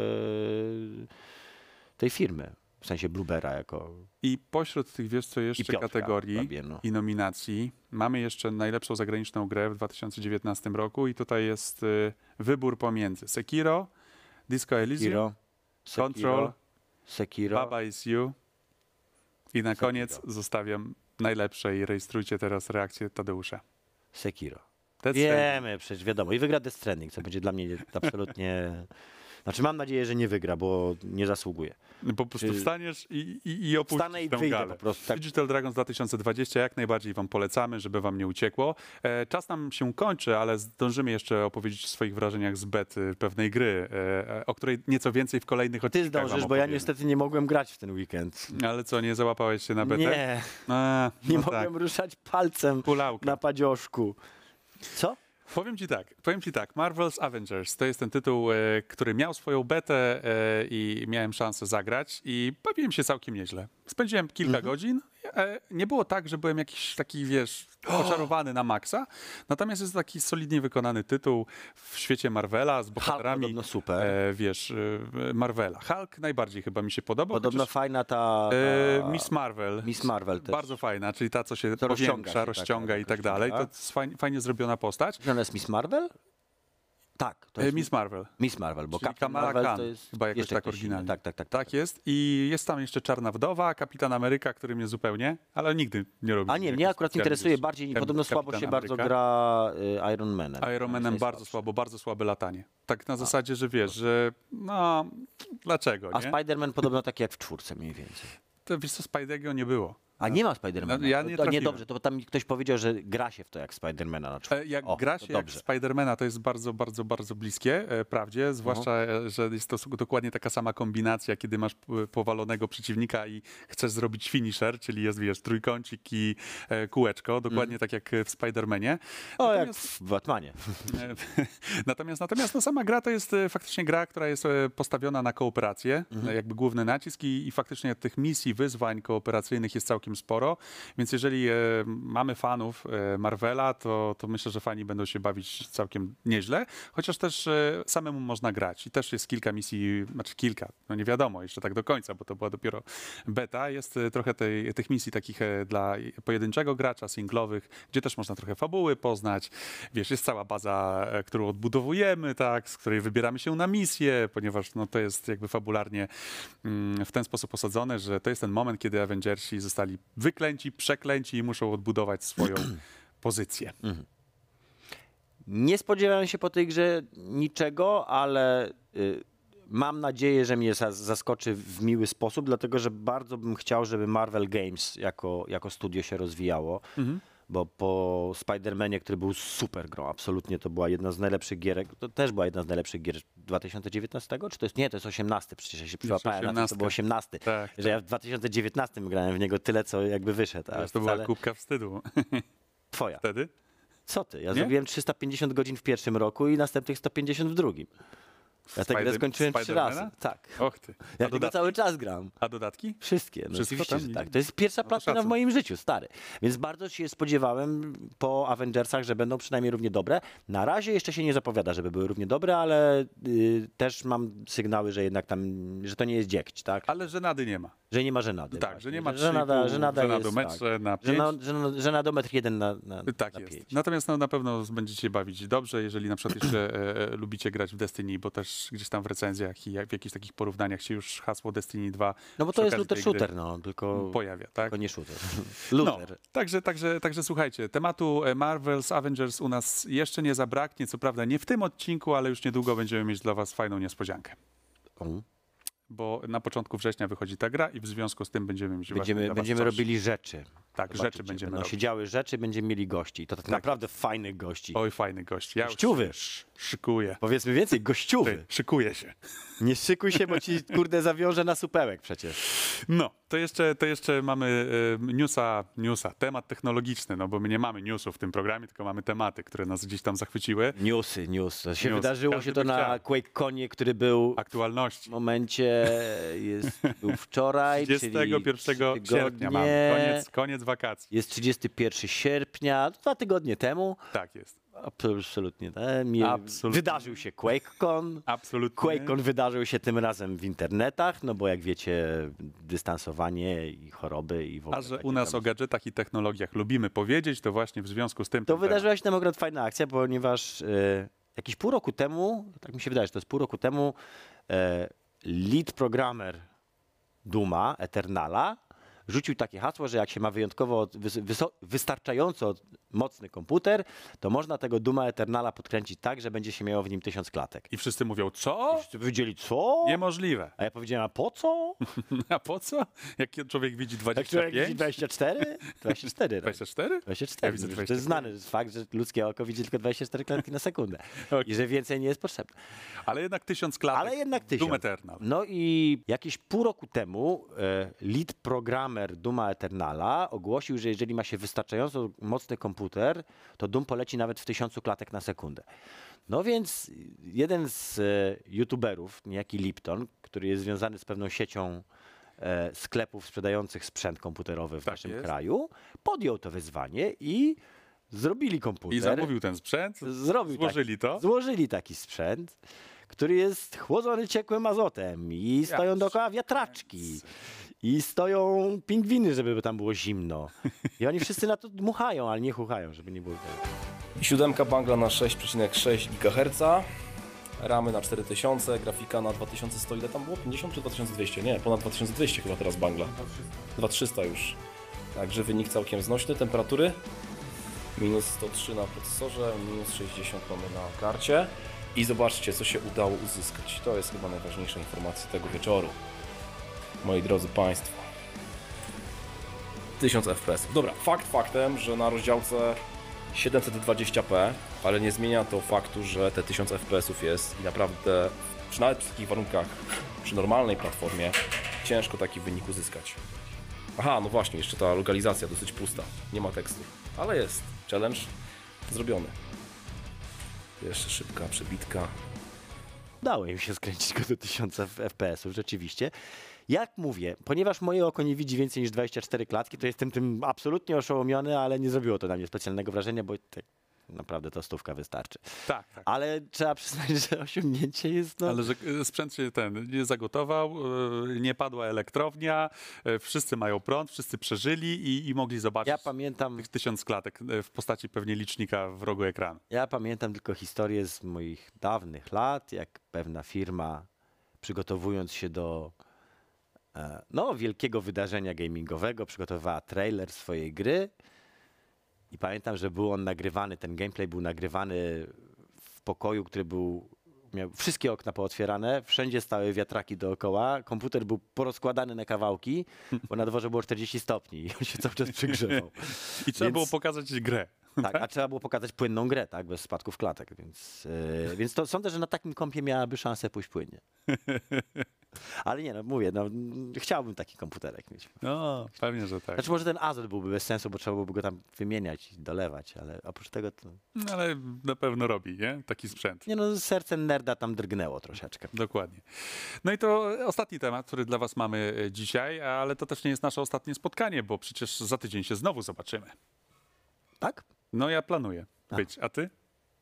e, tej firmy, w sensie Bluebera jako I pośród tych, wiesz co, i jeszcze Piotrka kategorii prawie, no. i nominacji mamy jeszcze najlepszą zagraniczną grę w dwa tysiące dziewiętnastym roku i tutaj jest y, wybór pomiędzy Sekiro, Disco Elysium, Sekiro, Control, Sekiro, Sekiro. Baba Is You i na Sekiro. koniec zostawiam najlepsze i rejestrujcie teraz reakcję Tadeusza. Sekiro. Death Stranding. Wiemy, przecież wiadomo. I wygra Death Stranding, co będzie dla mnie absolutnie Znaczy mam nadzieję, że nie wygra, bo nie zasługuje. Po prostu Czy- wstaniesz i, i, i opuścisz Wstanę i tę wyjdę galę. po prostu, tak. Digital Dragons dwa tysiące dwadzieścia jak najbardziej wam polecamy, żeby wam nie uciekło. E, czas nam się kończy, ale zdążymy jeszcze opowiedzieć o swoich wrażeniach z bety pewnej gry, e, o której nieco więcej w kolejnych Ty odcinkach zdążysz, wam bo ja opowiemy. niestety nie mogłem grać w ten weekend. Ale co, nie załapałeś się na betę? Nie, A, nie no mogłem tak. ruszać palcem Hulałka. na padzioszku. Co? Powiem ci tak, powiem ci tak, Marvel's Avengers to jest ten tytuł, e, który miał swoją betę e, i miałem szansę zagrać i bawiłem się całkiem nieźle. Spędziłem kilka godzin, e, nie było tak, że byłem jakiś taki, wiesz, oczarowany na maksa, natomiast jest to taki solidnie wykonany tytuł w świecie Marvela z Hulk bohaterami, podobno super. e, wiesz, e, Marvela. Hulk najbardziej chyba mi się podobał. Podobno chociaż, fajna ta... e, ta... Miss Marvel. Miss Marvel też. Bardzo fajna, czyli ta, co się Co rozciąga powiększa, się, tak, rozciąga tak, i tak rozciąga. dalej. To jest fajnie, fajnie zrobiona postać. Że ona jest Miss Marvel? Tak. To E, jest Miss Marvel. Miss Marvel, bo Czyli Captain Kamala Marvel Khan, to jest chyba jakoś jeszcze tak ktoś oryginalnie. inny. Tak, tak, tak. Tak jest. I jest tam jeszcze Czarna Wdowa, Kapitan Ameryka, który mnie zupełnie, ale nigdy nie robi. A nie, jakoś mnie akurat specjalnie, interesuje wiesz, bardziej, Kapitan podobno słabo się bardzo Ameryka. gra y, Iron Manem. Iron Manem Jest bardzo słabszy. słabo, bardzo słabe latanie. Tak na zasadzie, że wiesz, że no, dlaczego, A nie? Spider-Man podobno tak jak w czwórce mniej więcej. To, wiesz co, Spidey'ego nie było. A nie ma Spider-Mana. No, ja nie to, to nie trafiłem. dobrze, to tam ktoś powiedział, że gra się w to jak Spider-Mana na czwórce. E, Jak O, gra to się jak dobrze. Spidermana, to jest bardzo, bardzo, bardzo bliskie e, prawdzie, zwłaszcza, e, że jest to s- dokładnie taka sama kombinacja, kiedy masz p- powalonego przeciwnika i chcesz zrobić finisher, czyli jest, wiesz, trójkącik i e, kółeczko, dokładnie tak jak w Spidermanie. O, jak Natomiast- w Batmanie. E, Natomiast, natomiast no, sama gra to jest e, faktycznie gra, która jest e, postawiona na kooperację, e, jakby główny nacisk i, i faktycznie tych misji, wyzwań kooperacyjnych jest całkiem sporo, więc jeżeli e, mamy fanów e, Marvela, to, to myślę, że fani będą się bawić całkiem nieźle, chociaż też e, samemu można grać i też jest kilka misji, znaczy kilka, no nie wiadomo jeszcze tak do końca, bo to była dopiero beta, jest e, trochę tej, tych misji takich e, dla pojedynczego gracza, singlowych, gdzie też można trochę fabuły poznać, wiesz, jest cała baza, e, którą odbudowujemy, tak, z której wybieramy się na misję, ponieważ no, to jest jakby fabularnie mm, w ten sposób osadzone, że to jest ten moment, kiedy Avengersi zostali wyklęci, przeklęci i muszą odbudować swoją pozycję. Nie spodziewałem się po tej grze niczego, ale y, mam nadzieję, że mnie za- zaskoczy w miły sposób, dlatego że bardzo bym chciał, żeby Marvel Games jako, jako studio się rozwijało. Bo po Spider-Manie, który był super grą, absolutnie to była jedna z najlepszych gierek, to też była jedna z najlepszych gier dwa tysiące dziewiętnastego? Czy to jest, nie, to jest osiemnasty, przecież ja się przyłapałem na to, to był osiemnasty. Tak, Że ja w dwa tysiące dziewiętnastym grałem w niego tyle, co jakby wyszedł. A Wiesz, to była wcale... kubka wstydu Twoja. wtedy. Co ty? Ja Nie? zrobiłem trzysta pięćdziesiąt godzin w pierwszym roku i następnych sto pięćdziesiąt w drugim. Ja tę grę Spider- skończyłem trzy Spidermana? razy. Tak. Och ty. Ja A, tego dodatki? cały czas gram. A dodatki? Wszystkie. No Wszystko oczywiście, tam? że tak. To jest pierwsza to platyna w szacun. moim życiu, stary. Więc bardzo się spodziewałem po Avengersach, że będą przynajmniej równie dobre. Na razie jeszcze się nie zapowiada, żeby były równie dobre, ale y, też mam sygnały, że jednak tam, że to nie jest dziekć, tak? Ale żenady nie ma. Że nie ma żenady. Tak, właśnie. że nie ma żenada, żenada jest, żenadometrze tak. na pięć. Żena- żena- Żenadometr jeden na, na, Tak na jest. pięć. Natomiast no, na pewno będziecie się bawić dobrze, jeżeli na przykład jeszcze e, e, lubicie grać w Destiny, bo też gdzieś tam w recenzjach i jak- w jakichś takich porównaniach się już hasło Destiny dwa No bo przy to jest okazji looter tej gry shooter, no, tylko, pojawia, tak? tylko nie shooter. No, Looter. także, także, także słuchajcie, tematu e, Marvel's Avengers u nas jeszcze nie zabraknie, co prawda nie w tym odcinku, ale już niedługo będziemy mieć dla was fajną niespodziankę. Mm. Bo na początku września wychodzi ta gra i w związku z tym będziemy mieć właśnie Będziemy, dla was będziemy coś. robili rzeczy. Tak, Zobaczycie, rzeczy będziemy będą robić. się działy rzeczy, będziemy mieli gości. I to tak, naprawdę fajnych gości. Oj, fajny gość. Ja Gościuwy. już sz- szykuję. Powiedzmy więcej, gościuwy. Ty, szykuję się. Nie szykuj się, bo ci kurde zawiążę na supełek przecież. No, to jeszcze, to jeszcze mamy e, newsa, newsa, temat technologiczny, no bo my nie mamy newsów w tym programie, tylko mamy tematy, które nas gdzieś tam zachwyciły. Newsy, news. To się News. wydarzyło Każdy się to by na chciał. QuakeConie, który był w Aktualności. momencie, jest, był wczoraj, trzydziestego pierwszego czyli sierpnia mamy. tygodnie. Koniec, koniec wakacji. Jest trzydziestego pierwszego sierpnia, dwa tygodnie temu. Tak jest. Absolutnie. Tak? Mi- Absolutnie. Wydarzył się QuakeCon. Absolutnie. QuakeCon wydarzył się tym razem w internetach, no bo jak wiecie, dystansowanie i choroby i w ogóle. A że takie u nas tam- o gadżetach i technologiach lubimy powiedzieć, to właśnie w związku z tym... To ten temat. wydarzyła się tam akurat fajna akcja, ponieważ e, jakieś pół roku temu, tak mi się wydaje, że to jest pół roku temu, e, lead programmer Duma, Eternala, rzucił takie hasło, że jak się ma wyjątkowo wys wyso- wystarczająco mocny komputer, to można tego Duma Eternala podkręcić tak, że będzie się miało w nim tysiąc klatek. I wszyscy mówią, co? Wszyscy powiedzieli, co? Niemożliwe. A ja powiedziałem, a po co? A po co? Jak człowiek widzi Jak dwadzieścia człowiek widzi pięć? dwadzieścia cztery? dwadzieścia cztery. dwadzieścia cztery? dwadzieścia Ja cztery. widzę To dwadzieścia jest znany fakt, że ludzkie oko widzi tylko dwadzieścia cztery klatki na sekundę. Okej. I że więcej nie jest potrzebne. Ale jednak tysiąc klatek. Ale jednak tysiąc. Doom Eternal. No i jakieś pół roku temu e, lead programmer Duma Eternala ogłosił, że jeżeli ma się wystarczająco mocny komputer, to Doom poleci nawet w tysiącu klatek na sekundę. No więc jeden z e, youtuberów, niejaki Lipton, który jest związany z pewną siecią e, sklepów sprzedających sprzęt komputerowy w Tak naszym jest. kraju, podjął to wyzwanie i zrobili komputer. I zamówił ten sprzęt, Zrobił złożyli tak, to. Złożyli taki sprzęt, który jest chłodzony ciekłym azotem i stoją Ja dookoła wiatraczki. I stoją pingwiny, żeby tam było zimno. I oni wszyscy na to dmuchają, ale nie chuchają, żeby nie było tego. Siódemka bangla na sześć przecinek sześć gigaherca, ramy na cztery tysiące, grafika na dwa tysiące sto, ile tam było? pięćdziesiąt czy dwa tysiące dwieście? Nie, ponad dwa tysiące dwieście chyba teraz bangla. dwa tysiące trzysta już. Także wynik całkiem znośny. Temperatury minus sto trzy na procesorze, minus sześćdziesiąt mamy na karcie. I zobaczcie, co się udało uzyskać. To jest chyba najważniejsza informacja tego wieczoru. Moi drodzy Państwo. tysiąc F P S. Dobra, fakt faktem, że na rozdziałce siedemset dwadzieścia p, ale nie zmienia to faktu, że te tysiąc F P S-ów jest i naprawdę, przy nawet w takich warunkach, przy normalnej platformie, ciężko taki wynik uzyskać. Aha, no właśnie, jeszcze ta lokalizacja dosyć pusta, nie ma tekstu, ale jest. Challenge zrobiony. Jeszcze szybka przebitka. Udało im się skręcić go do tysiąca F P S-ów, rzeczywiście. Jak mówię, ponieważ moje oko nie widzi więcej niż dwadzieścia cztery klatki, to jestem tym absolutnie oszołomiony, ale nie zrobiło to na mnie specjalnego wrażenia, bo tak naprawdę to stówka wystarczy. Tak, tak. Ale trzeba przyznać, że osiągnięcie jest... No... Ale że e, sprzęt się ten nie zagotował, e, nie padła elektrownia, e, wszyscy mają prąd, wszyscy przeżyli i, i mogli zobaczyć Ja pamiętam, tych tysiąc klatek e, w postaci pewnie licznika w rogu ekranu. ja pamiętam tylko historię z moich dawnych lat, jak pewna firma, przygotowując się do e, no, wielkiego wydarzenia gamingowego, przygotowywała trailer swojej gry i pamiętam, że był on nagrywany, ten gameplay był nagrywany w pokoju, który był, miał wszystkie okna pootwierane, wszędzie stały wiatraki dookoła, komputer był porozkładany na kawałki, bo na dworze było czterdzieści stopni i on się cały czas przygrzewał. I trzeba Więc- było pokazać grę. Tak, a trzeba było pokazać płynną grę, tak, bez spadków klatek, więc, yy, więc to sądzę, że na takim kompie miałaby szansę pójść płynnie. Ale nie, no mówię, no, mm, chciałbym taki komputerek mieć. No, pewnie, że tak. Znaczy może ten azot byłby bez sensu, bo trzeba byłoby go tam wymieniać i dolewać, ale oprócz tego to... No, ale na pewno robi, nie? Taki sprzęt. Nie no, serce nerda tam drgnęło troszeczkę. Dokładnie. No i to ostatni temat, który dla was mamy e, dzisiaj, ale to też nie jest nasze ostatnie spotkanie, bo przecież za tydzień się znowu zobaczymy. Tak? No ja planuję A. być, a ty?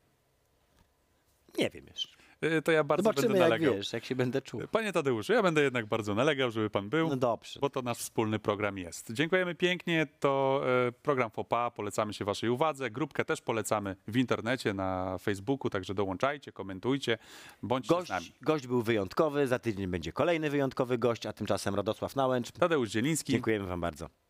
Nie wiem jeszcze. E, To ja bardzo Zobaczymy będę jak nalegał. wiesz, jak się będę czuł. Panie Tadeuszu, ja będę jednak bardzo nalegał, żeby pan był. No dobrze. Bo to nasz wspólny program jest. Dziękujemy pięknie. To e, program F O P A. Polecamy się waszej uwadze. Grupkę też polecamy w internecie, na Facebooku, także dołączajcie, komentujcie, bądźcie z nami. Gość, gość był wyjątkowy, za tydzień będzie kolejny wyjątkowy gość, a tymczasem Radosław Nałęcz. Tadeusz Zieliński. Dziękujemy wam bardzo.